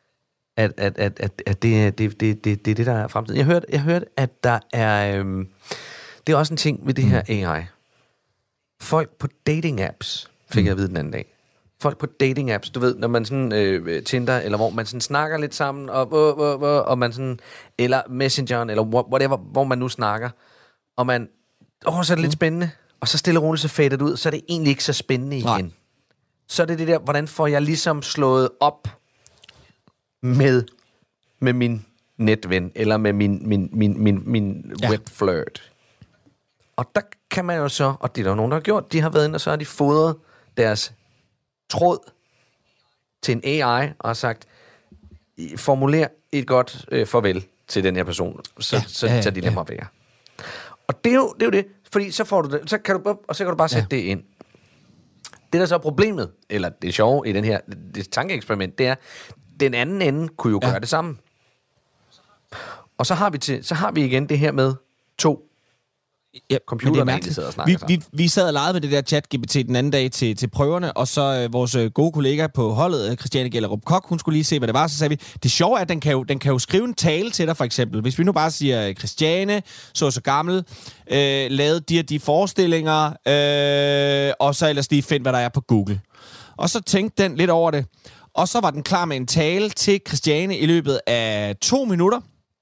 det er det, der er fremtiden. Jeg hørte, at der er... det er også en ting ved det her AI. Folk på dating-apps, fik jeg at vide den anden dag. Folk på dating-apps, du ved, når man sådan Tinder, eller hvor man sådan snakker lidt sammen, og man sådan... Eller Messengeren, eller whatever, hvor man nu snakker. Og man... så er det lidt spændende. Og så stille og roligt, så fader det ud. Så er det egentlig ikke så spændende igen. Nej. Så er det det der, hvordan får jeg ligesom slået op med min netven, eller med min webflirt. Og der kan man jo så, og det er der jo nogen, der har gjort, de har været inde, og så har de fodret deres tråd til en AI og har sagt, formuler et godt farvel til den her person, så de nemmere være. Og det er jo det, fordi så får du det, så kan du bare sætte det ind. Det der så er problemet, eller det sjove i det tankeeksperiment, det er, den anden ende kunne jo gøre det samme. Og så har vi igen det her med 2 computer, vi sad og legede med det der ChatGPT den anden dag til prøverne, og så vores gode kollega på holdet, Christiane Gellerup Kok, hun skulle lige se, hvad det var, så sagde vi, det sjove er, at den kan jo skrive en tale til dig, for eksempel. Hvis vi nu bare siger, Christiane, så gammel, lavede de forestillinger, og så ellers lige find, hvad der er på Google. Og så tænkte den lidt over det, og så var den klar med en tale til Christiane i løbet af 2 minutter.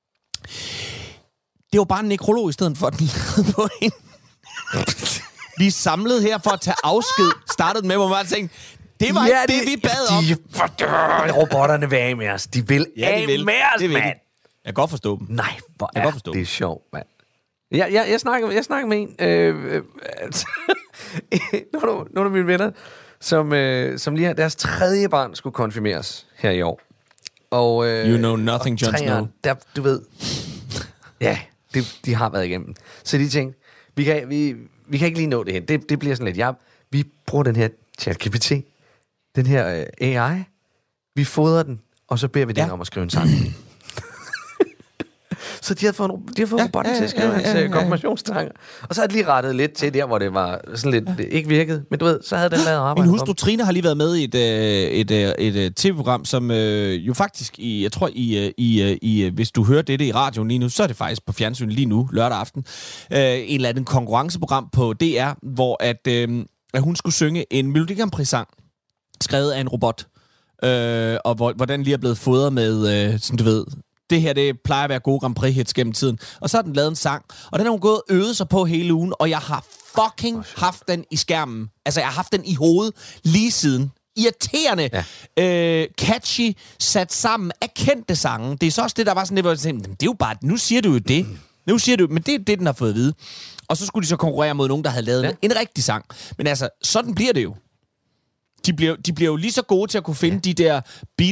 Det var bare en nekrolog i stedet for, at den lavede på en. Vi er samlet her for at tage afsked. Startede med, hvor man tænkte, det var ikke det, vi bad om. Robotterne vil af med os. De vil af med os, mand. Jeg kan godt forstå dem. Nej, hvor er det sjovt, mand. Jeg snakker med en. Nogle af mine venner, som lige har deres 3. barn skulle konfirmeres her i år. Og, you know nothing, Jon Snow. Du ved... Ja, de har været igennem. Så de tænkte, vi kan ikke lige nå det hen. Det bliver sådan lidt, vi bruger den her ChatGPT, den her AI, vi fodrer den, og så beder vi den om at skrive en sang. Så de har fået robotten til at skrive hans konfirmationstanker. Og så har de lige rettet lidt til der, hvor det var sådan lidt, det ikke virkede. Men du ved, så havde den lavet arbejde. Min hustru Trine har lige været med i et tv-program, som jo faktisk, jeg tror, hvis du hører det i radioen lige nu, så er det faktisk på fjernsyn lige nu, lørdag aften, en eller anden konkurrenceprogram på DR, hvor at hun skulle synge en Melodi Grand Prix-sang, skrevet af en robot. Og hvor den lige er blevet fodret med, som du ved... Det her, det plejer at være gode Grand Prix-hits gennem tiden. Og så har den lavet en sang, og den har hun gået og øvet sig på hele ugen, og jeg har fucking haft den i skærmen. Altså, jeg har haft den i hovedet lige siden. Irriterende, catchy, sat sammen af kendte sange. Det er så også det, der var sådan lidt, hvor jeg tænkte, det er jo bare, nu siger du jo det. Men det er det, den har fået at vide. Og så skulle de så konkurrere mod nogen, der havde lavet en rigtig sang. Men altså, sådan bliver det jo. De bliver jo lige så gode til at kunne finde de der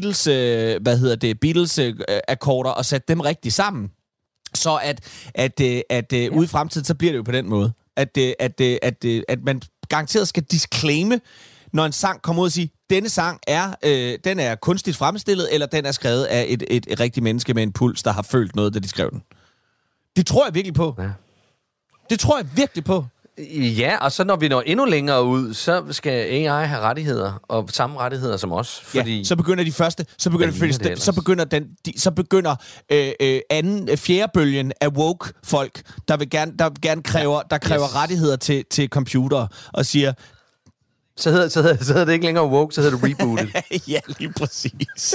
Beatles-akkorder og sætte dem rigtig sammen. Så at ude i fremtiden, så bliver det jo på den måde. At man garanteret skal disclaime, når en sang kommer ud og siger, denne sang den er kunstigt fremstillet, eller den er skrevet af et rigtigt menneske med en puls, der har følt noget, da de skrev den. Det tror jeg virkelig på. Ja. Det tror jeg virkelig på. Ja, og så når vi når endnu længere ud, så skal AI have rettigheder, og samme rettigheder som os. Fordi ja, så begynder de første, så begynder fjerde bølgen af woke folk, der gerne kræver rettigheder til computere, og siger, så hedder det ikke længere woke, så hedder det rebooted. Ja, lige præcis.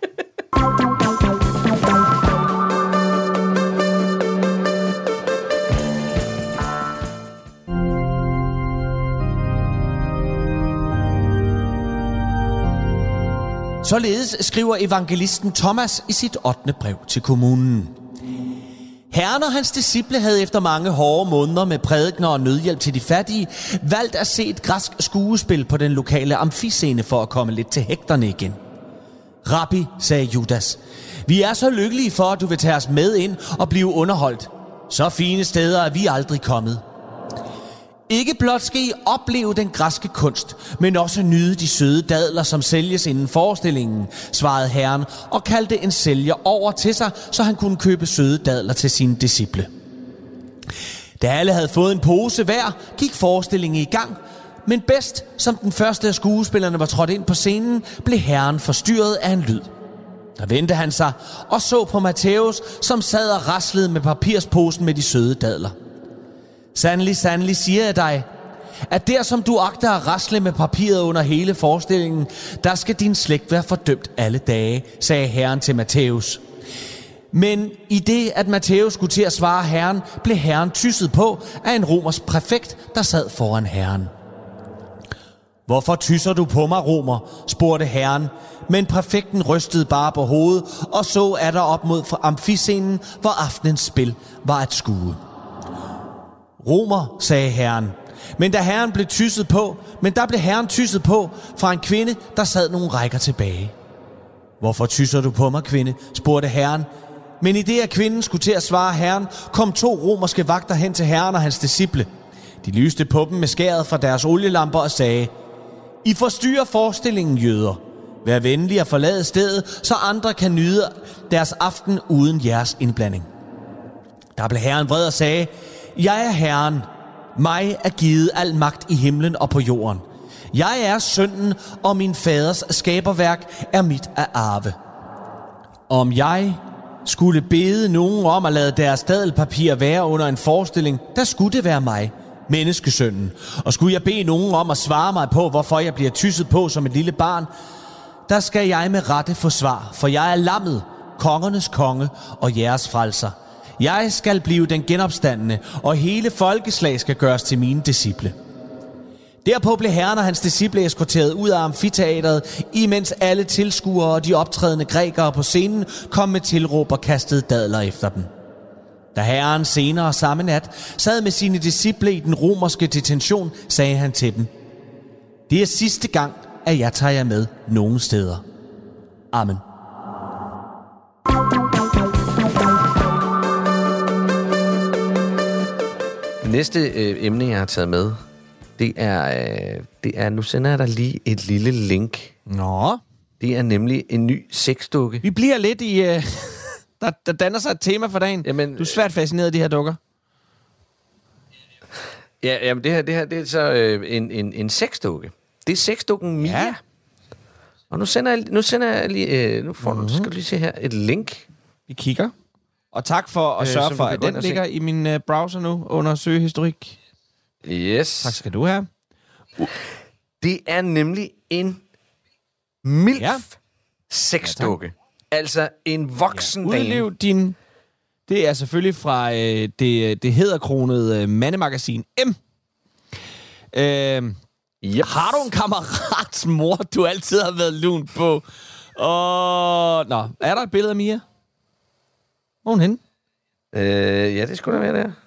Således skriver evangelisten Thomas i sit 8. brev til kommunen. Herren og hans disciple havde efter mange hårde måneder med prædikener og nødhjælp til de fattige, valgt at se et græsk skuespil på den lokale amfiscene for at komme lidt til hægterne igen. Rabbi, sagde Judas, vi er så lykkelige for, at du vil tage os med ind og blive underholdt. Så fine steder er vi aldrig kommet. Ikke blot skal I opleve den græske kunst, men også nyde de søde dadler, som sælges inden forestillingen, svarede Herren og kaldte en sælger over til sig, så han kunne købe søde dadler til sine disciple. Da alle havde fået en pose hver, gik forestillingen i gang, men bedst som den første af skuespillerne var trådt ind på scenen, blev Herren forstyrret af en lyd. Der vendte han sig og så på Matthæus, som sad og raslede med papirsposen med de søde dadler. Sandelig, sandelig siger jeg dig, at der som du agter at rasle med papiret under hele forestillingen, der skal din slægt være fordømt alle dage, sagde Herren til Matthæus. Men i det, at Matthæus skulle til at svare Herren, blev Herren tysset på af en romersk præfekt, der sad foran Herren. Hvorfor tysser du på mig, romer? Spurgte Herren, men præfekten rystede bare på hovedet og så atter op mod amfiscenen, hvor aftenens spil var at skue. Romer, sagde Herren, Men da herren blev tysset på, fra en kvinde, der sad nogle rækker tilbage. Hvorfor tysser du på mig, kvinde? Spurgte herren. Men i det, at kvinden skulle til at svare herren, kom 2 romerske vagter hen til herren og hans disciple. De lyste på dem med skæret fra deres olielamper og sagde: I forstyrrer forestillingen, jøder. Vær venlig at forlade stedet, så andre kan nyde deres aften uden jeres indblanding. Der blev herren vred og sagde: Jeg er herren. Mig er givet al magt i himlen og på jorden. Jeg er sønnen, og min faders skaberværk er mit at arve. Om jeg skulle bede nogen om at lade deres dadelpapir være under en forestilling, der skulle det være mig, menneskesønnen. Og skulle jeg bede nogen om at svare mig på, hvorfor jeg bliver tysset på som et lille barn, der skal jeg med rette få svar, for jeg er lammet, kongernes konge og jeres frelser. Jeg skal blive den genopstandende, og hele folkeslag skal gøres til mine disciple. Derpå blev herren og hans disciple eskorteret ud af amfiteateret, imens alle tilskuere og de optrædende grækere på scenen kom med tilråb og kastede dadler efter dem. Da herren senere samme nat sad med sine disciple i den romerske detention, sagde han til dem: Det er sidste gang, at jeg tager jer med nogen steder. Amen. Næste emne, jeg har taget med, det er, nu sender jeg dig lige et lille link. Nå. Det er nemlig en ny sexdukke. Vi bliver lidt i... der danner sig et tema for dagen. Jamen, du er svært fascineret af de her dukker. Ja, jamen det her det er så en sexdukke. Det er sexdukken Mia. Ja. Og nu sender jeg lige... nu får du, skal du lige se her, et link. Vi kigger. Og tak for at sørge for, at den ligger i min browser nu under søgehistorik. Yes. Tak skal du have. Det er nemlig en MILF-sexdukke. Ja, altså en voksen dame. Udlev din... Det er selvfølgelig fra det hæderkronede mandemagasin M. Yep. Har du en kammerats mor, du altid har været lun på? Nå, er der et billede af Mia? Hvor er hun henne? Ja, det skulle da være der.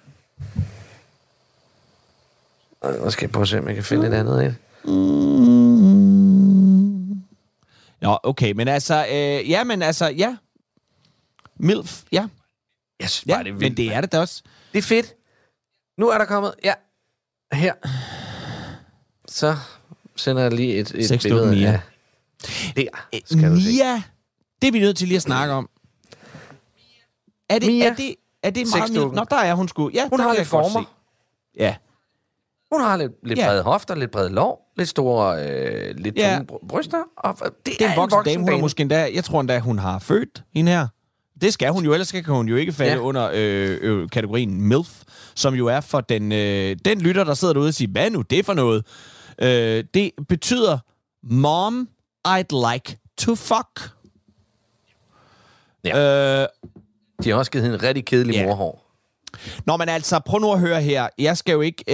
Nu skal jeg prøve at se, om jeg kan finde et andet et. Nå, okay, men altså, ja. MILF, ja. Jeg synes bare, det er vildt. Men det er det da også. Det er fedt. Nu er der kommet, her. Så sender jeg lige et billede Mia. af... Der, skal du se. Mia, det er vi nødt til lige at snakke om. Er det meget mildt? Nå, der er hun sgu. Ja, hun har lidt former. Ja. Hun har lidt brede hofter, lidt brede lår, lidt store, lidt tunge bryster. Og det er en voksen dame. Hun er måske endda, jeg tror endda, hun har født hende her. Det skal hun jo, ellers kan hun jo ikke falde under kategorien MILF, som jo er for den lytter, der sidder derude og siger, hvad nu det for noget? Det betyder Mom, I'd like to fuck. Ja. De har også givet hende en rigtig kedelig morhår. Nå, men altså, prøv nu at høre her. Jeg skal jo ikke...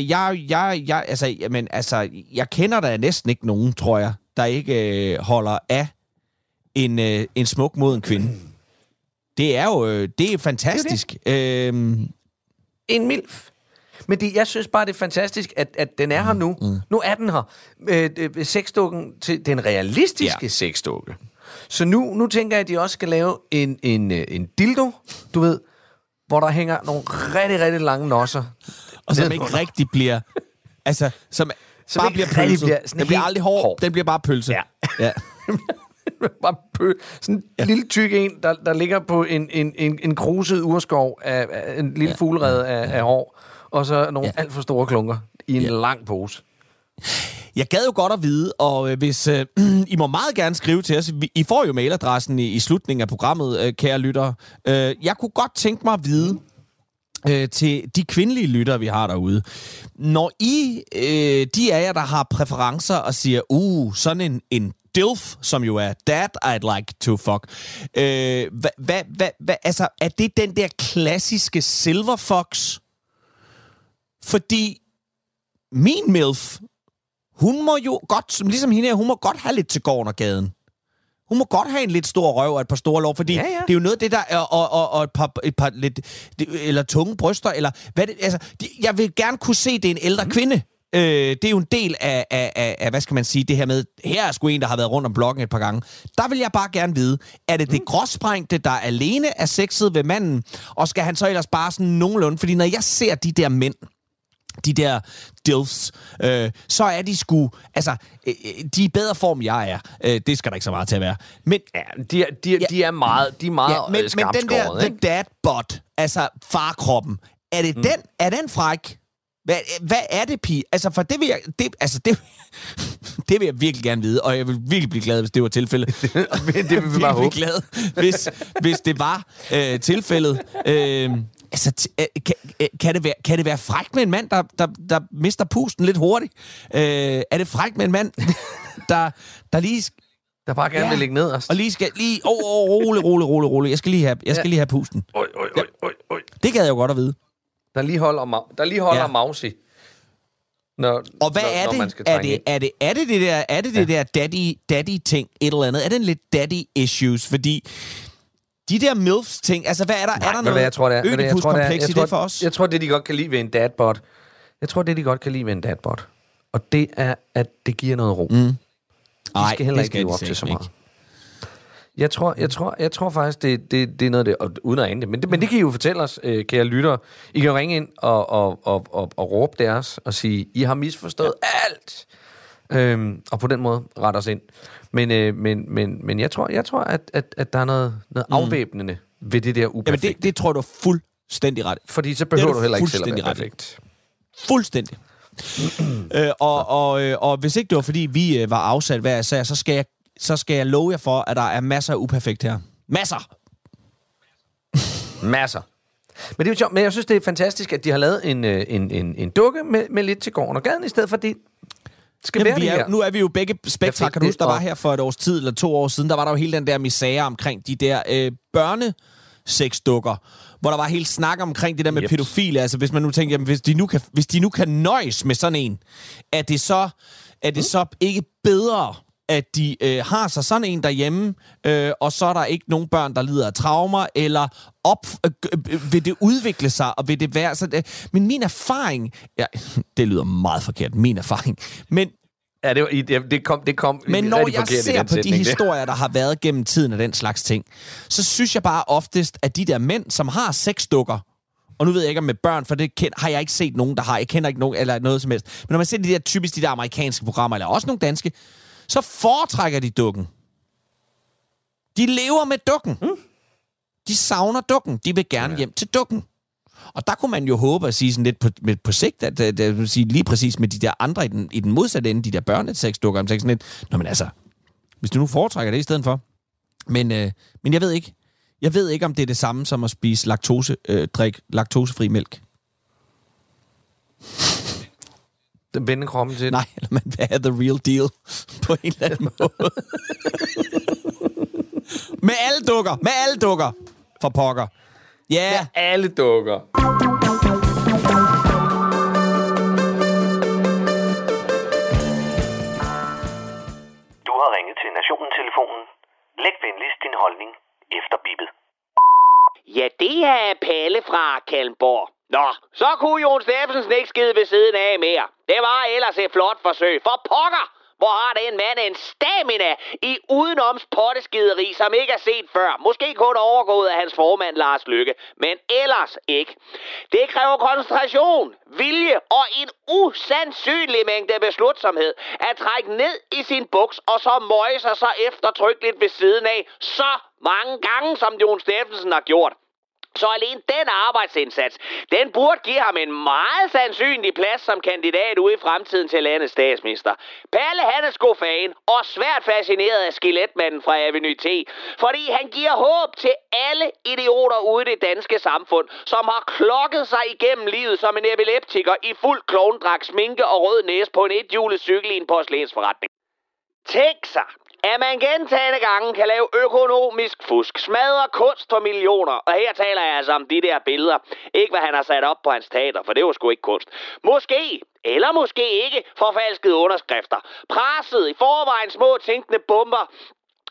jeg kender da næsten ikke nogen, tror jeg, der ikke holder af en smuk mod en kvinde. Det er jo... Det er fantastisk. En MILF. Men jeg synes bare, det er fantastisk, at den er her nu. Nu er den her. Sexdukken til den realistiske sexdukke. Så nu tænker jeg, at de også skal lave en dildo, du ved, hvor der hænger nogle rigtig, rigtig lange nosser. Og som ikke rigtig bliver... Altså, som bare bliver pølset. Den bliver aldrig hård. Den bliver bare pølse. Ja. Bare sådan en lille tyk en, der ligger på en kruset urskov af en lille fuglerede af hår, og så nogle alt for store klunker i en lang pose. Jeg gad jo godt at vide, og hvis I må meget gerne skrive til os. I får jo mailadressen i slutningen af programmet, kære lyttere. Jeg kunne godt tænke mig at vide til de kvindelige lyttere, vi har derude. Når I, de af jer, der har præferencer og siger, sådan en DILF, som jo er Dad, I'd like to fuck. Altså, er det den der klassiske Silver Fox? Fordi min MILF, hun må jo godt, ligesom hende her, hun må godt have lidt til gården og gaden. Hun må godt have en lidt stor røv og et par store lår, fordi det er jo noget af det, der er, og et par lidt, eller tunge bryster, eller hvad det, altså, jeg vil gerne kunne se, det er en ældre kvinde. Det er jo en del af, hvad skal man sige, det her med, her er sgu en, der har været rundt om blokken et par gange. Der vil jeg bare gerne vide, er det gråsprængte, der alene er sexet ved manden, og skal han så ellers bare sådan nogenlunde, fordi når jeg ser de der mænd, de der dilfs, så er de sgu, altså, de er i bedre form, jeg er. Det skal der ikke så meget til at være. Men ja, de er meget men den der the dad bod, altså farkroppen, er det den? Er den fræk? Hvad er det, pige? Altså, for det vil jeg... Det vil jeg virkelig gerne vide, og jeg vil virkelig blive glad, hvis det var tilfældet. Det vil vi bare håbe. Glad, hvis det var tilfældet. Altså, kan det være frækt med en mand, der mister pusten lidt hurtigt? Er det frækt med en mand, der lige... Der bare gerne vil ligge ned og lige skal... rolig. Jeg skal lige have pusten. Oj. Det gad jeg jo godt at vide. Der lige holder mouse i. Og hvad er det? Er det det der daddy ting et eller andet? Er det en lidt daddy issues? Fordi de der MILFs ting, altså hvad er der? Er der noget ødipuskompleks i det for os? Jeg tror, det de godt kan lide ved en dadbot. Og det er, at det giver noget ro. De skal heller ikke leve op til så meget. Jeg tror faktisk, det er noget af det, og uden at ane det. Men det kan I jo fortælle os, kære lyttere. I kan jo ringe ind og råbe deres og sige, I har misforstået alt. Og på den måde rette os ind. Men jeg tror at der er noget afvæbnende ved det der uperfekte. Jamen det tror jeg, du er fuldstændig ret. Fordi så behøver du heller ikke selv at være perfekt. Fuldstændig. Og hvis ikke det var, fordi vi var afsat hver især, så skal jeg love jer for, at der er masser af uperfekt her. Masser! Men det er jo sjovt, men jeg synes, det er fantastisk, at de har lavet en dukke med lidt til gården og gaden, i stedet for det skal være det her. Nu er vi jo begge Spektra, kan du huske, der var her for et års tid, eller 2 år siden, der var der jo hele den der misære omkring de der børnesexdukker, hvor der var helt snak omkring det der med pædofile. Altså hvis man nu tænker, jamen, hvis de nu kan nøjes med sådan en, er det så ikke bedre, at de har så sådan en derhjemme, og så er der ikke nogen børn, der lider af traumer, eller vil det udvikle sig, og vil det være... Men min erfaring... Ja, det lyder meget forkert, min erfaring. Men... Ja, det kom men når jeg ser på de historier, der har været gennem tiden af den slags ting, så synes jeg bare oftest, at de der mænd, som har sexdukker, og nu ved jeg ikke om med børn, for det har jeg ikke set nogen, der har. Jeg kender ikke nogen, eller noget som helst. Men når man ser de der amerikanske programmer, eller også nogle danske, så foretrækker de dukken. De lever med dukken. De savner dukken. De vil gerne hjem til dukken. Og der kunne man jo håbe at sige sådan lidt på sigt, at sige lige præcis med de der andre i den modsatte ende, de der børnesexdukker, sådan lidt, nå men altså, hvis du nu foretrækker det i stedet for. Men jeg ved ikke. Jeg ved ikke, om det er det samme som at spise laktosefri mælk. Den vender kroppen til. Nej, eller man vil have the real deal på en eller anden måde. Med alle dukker. For pokker. Ja. Yeah. Med alle dukker. Du har ringet til Nationen-telefonen. Læg venligst din holdning efter bippet. Ja, det er Palle fra Kalmborg. Nå, så kunne Jon Steffensen ikke skide ved siden af mere. Det var ellers et flot forsøg. For pokker, hvor har den mand en stamina i udenoms potteskideri, som ikke er set før. Måske kun overgået af hans formand Lars Løkke, men ellers ikke. Det kræver koncentration, vilje og en usandsynlig mængde beslutsomhed at trække ned i sin buks og så møje sig så eftertrykkeligt ved siden af så mange gange, som Jon Steffensen har gjort. Så alene den arbejdsindsats, den burde give ham en meget sandsynlig plads som kandidat ude i fremtiden til landets statsminister. Palle han er sgu fan og svært fascineret af skeletmanden fra Avenue T, fordi han giver håb til alle idioter ude i det danske samfund, som har klokket sig igennem livet som en epileptiker i fuld klovnedragt, sminke og rød næse på en ethjulet cykel i en porcelænsforretning. Tænk sig, at man gentagne gange kan lave økonomisk fusk, smadre kunst for millioner. Og her taler jeg altså om de der billeder. Ikke hvad han har sat op på hans teater, for det var sgu ikke kunst. Måske, eller måske ikke, forfalskede underskrifter. Presset i forvejen små tænkende bomber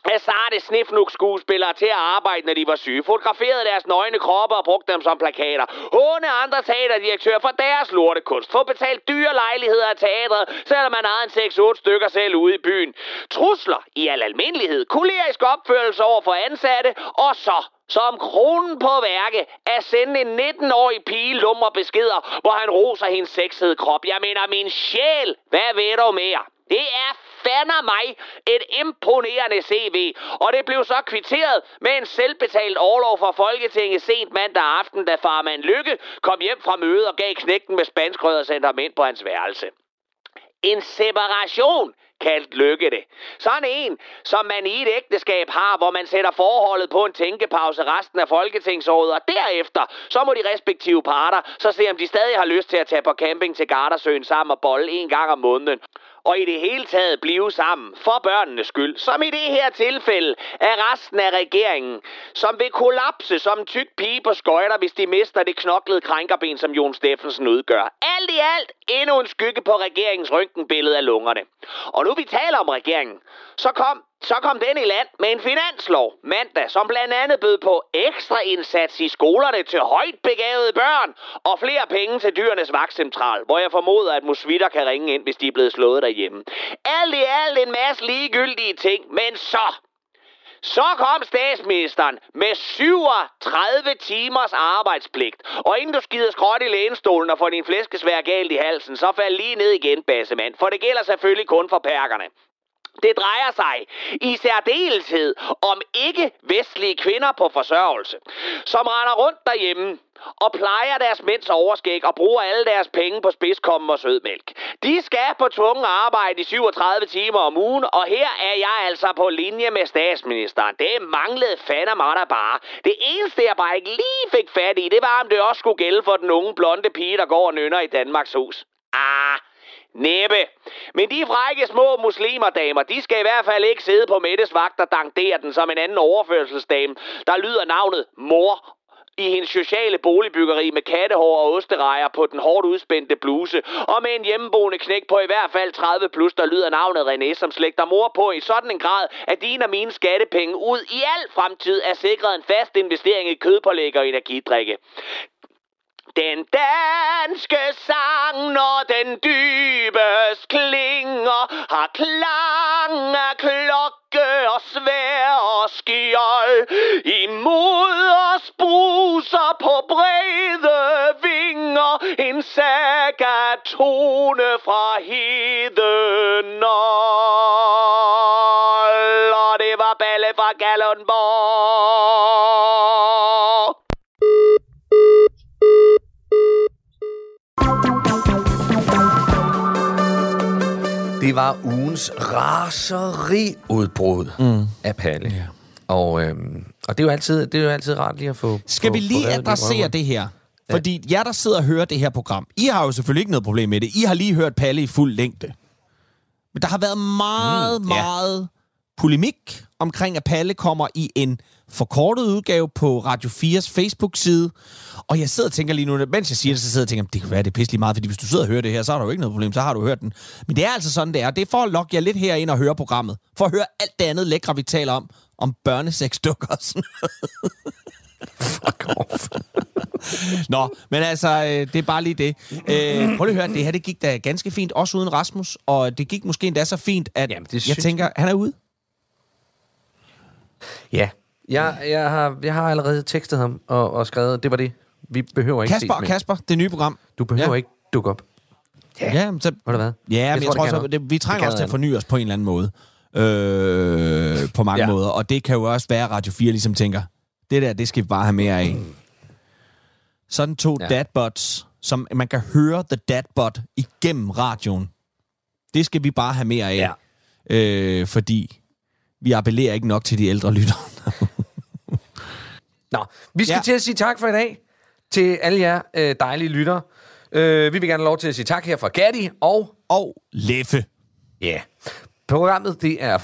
af sarte snifnuk-skuespillere til at arbejde, når de var syge. Fotograferede deres nøgne kroppe og brugte dem som plakater. Håne andre teaterdirektører for deres lortekunst. Få betalt dyre lejligheder af teatret, selvom man havde en 6-8 stykker selv ude i byen. Trusler i al almindelighed. Kolerisk opførelse over for ansatte. Og så som kronen på værket at sende en 19-årig pige lummer beskeder, hvor han roser hendes sexede krop. Jeg mener, min sjæl, hvad ved du mere? Det er fandme mig et imponerende CV, og det blev så kvitteret med en selvbetalt orlov fra Folketinget sent mandag aften, da farmand Lykke kom hjem fra mødet og gav knægten med spanskrød og sendte ham ind på hans værelse. En separation, kaldt Lykke det. Sådan en, som man i et ægteskab har, hvor man sætter forholdet på en tænkepause resten af folketingsåret, og derefter, så må de respektive parter så se, om de stadig har lyst til at tage på camping til Gardasøen sammen og bolle en gang om måneden. Og i det hele taget blive sammen for børnenes skyld, som i det her tilfælde er resten af regeringen, som vil kollapse som en tyk pige på skøjter, hvis de mister det knoklede krænkerben, som Jon Steffensen udgør. Alt i alt endnu en skygge på regeringens røntgenbillede af lungerne. Og nu vi taler om regeringen, så kom den i land med en finanslov mandag, som blandt andet bød på ekstra indsats i skolerne til højt begavede børn og flere penge til dyrenes vagtcentral, hvor jeg formoder, at musvitter kan ringe ind, hvis de er blevet slået derhjemme. Alt i alt en masse ligegyldige ting, men så kom statsministeren med 37 timers arbejdspligt. Og inden du skider skråt i lænestolen og får din flæskesvær galt i halsen, så fald lige ned igen, bassemand. For det gælder selvfølgelig kun for perkerne. Det drejer sig i særdeleshed om ikke-vestlige kvinder på forsørgelse, som render rundt derhjemme og plejer deres mænds overskæg og bruger alle deres penge på spidskommen og sødmælk. De skal på tvungen arbejde i 37 timer om ugen, og her er jeg altså på linje med statsministeren. Det manglede fandme mig da bare. Det eneste, jeg bare ikke lige fik fat i, det var, om det også skulle gælde for den unge blonde pige, der går og nynner i Danmarks Hus. Næppe. Men de frække små muslimerdamer, de skal i hvert fald ikke sidde på Mettes vagt og dankdere den som en anden overførselsdame, der lyder navnet mor i hendes sociale boligbyggeri med kattehår og osterejer på den hårdt udspændte bluse, og med en hjemmeboende knæk på i hvert fald 30 plus, der lyder navnet René, som slægter mor på i sådan en grad, at dine og mine skattepenge ud i al fremtid er sikret en fast investering i kødpålæg og energidrikke. Den danske sang, når den dybest klinger, har klang af klokke og svær og skjold. Imod os bruser på brede vinger en saga-tone fra Hedenål. Og det var Balle fra Kalundborg. Det var ugens raseriudbrud af Palle. Ja. Og det er jo altid rart lige at få... Skal vi lige adressere det her? Ja. Fordi jer, der sidder og hører det her program, I har jo selvfølgelig ikke noget problem med det. I har lige hørt Palle i fuld længde. Men der har været meget polemik omkring, at Palle kommer i en forkortet udgave på Radio 4's Facebook-side. Og jeg sidder og tænker lige nu, mens jeg siger det, så sidder jeg og tænker, det kan være, det er pisselig meget, fordi hvis du sidder og hører det her, så har du jo ikke noget problem, så har du hørt den. Men det er altså sådan, det er. Det er for at lokke jer lidt herind og høre programmet. For at høre alt det andet lækre, vi taler om børnesexdukker og sådan. Fuck off. Nå, men altså, det er bare lige det. Prøv lige at høre, det her, det gik da ganske fint, også uden Rasmus, og det gik måske endda så fint, at jeg tænker, han er ude. Ja, jeg har allerede tekstet ham og skrevet, det var det. Vi behøver ikke Kasper, det nye program. Du behøver ikke dukke op. Ja, så... Har det været? Ja, men jeg tror også, vi trænger også til at forny os på en eller anden måde. På mange måder. Og det kan jo også være, at Radio 4 ligesom tænker, det skal vi bare have mere af. Sådan to dadbots, som man kan høre The Dadbot igennem radioen. Det skal vi bare have mere af. Ja. Fordi vi appellerer ikke nok til de ældre lyttere. Nå, vi skal til at sige tak for i dag til alle jer dejlige lyttere. Vi vil gerne have lov til at sige tak her fra Gatti og Leffe. Ja. Programmet, det er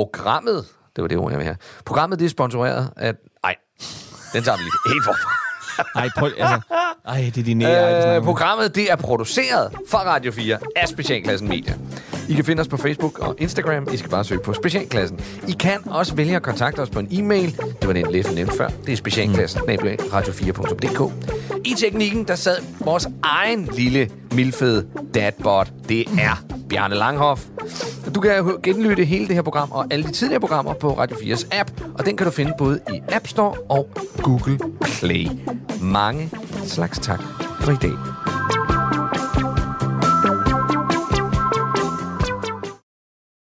programmet. Det var det ord, jeg vil have. Programmet, det er sponsoreret af... Nej, den tager vi lige helt forfra. Ej, prøv, altså. Ej, det er de nære. Programmet det er produceret for Radio 4 af Specialklassen Media. I kan finde os på Facebook og Instagram. I skal bare søge på Specialklassen. I kan også vælge at kontakte os på en e-mail. Det var det, jeg nævnte før. Det er specialklassen@radio4.dk. I teknikken, der sad vores egen lille milfede dadbot. Det er Bjarne Langhoff. Du kan genlytte hele det her program og alle de tidligere programmer på Radio 4's app, og den kan du finde både i App Store og Google Play. Mange slags tak for i dag.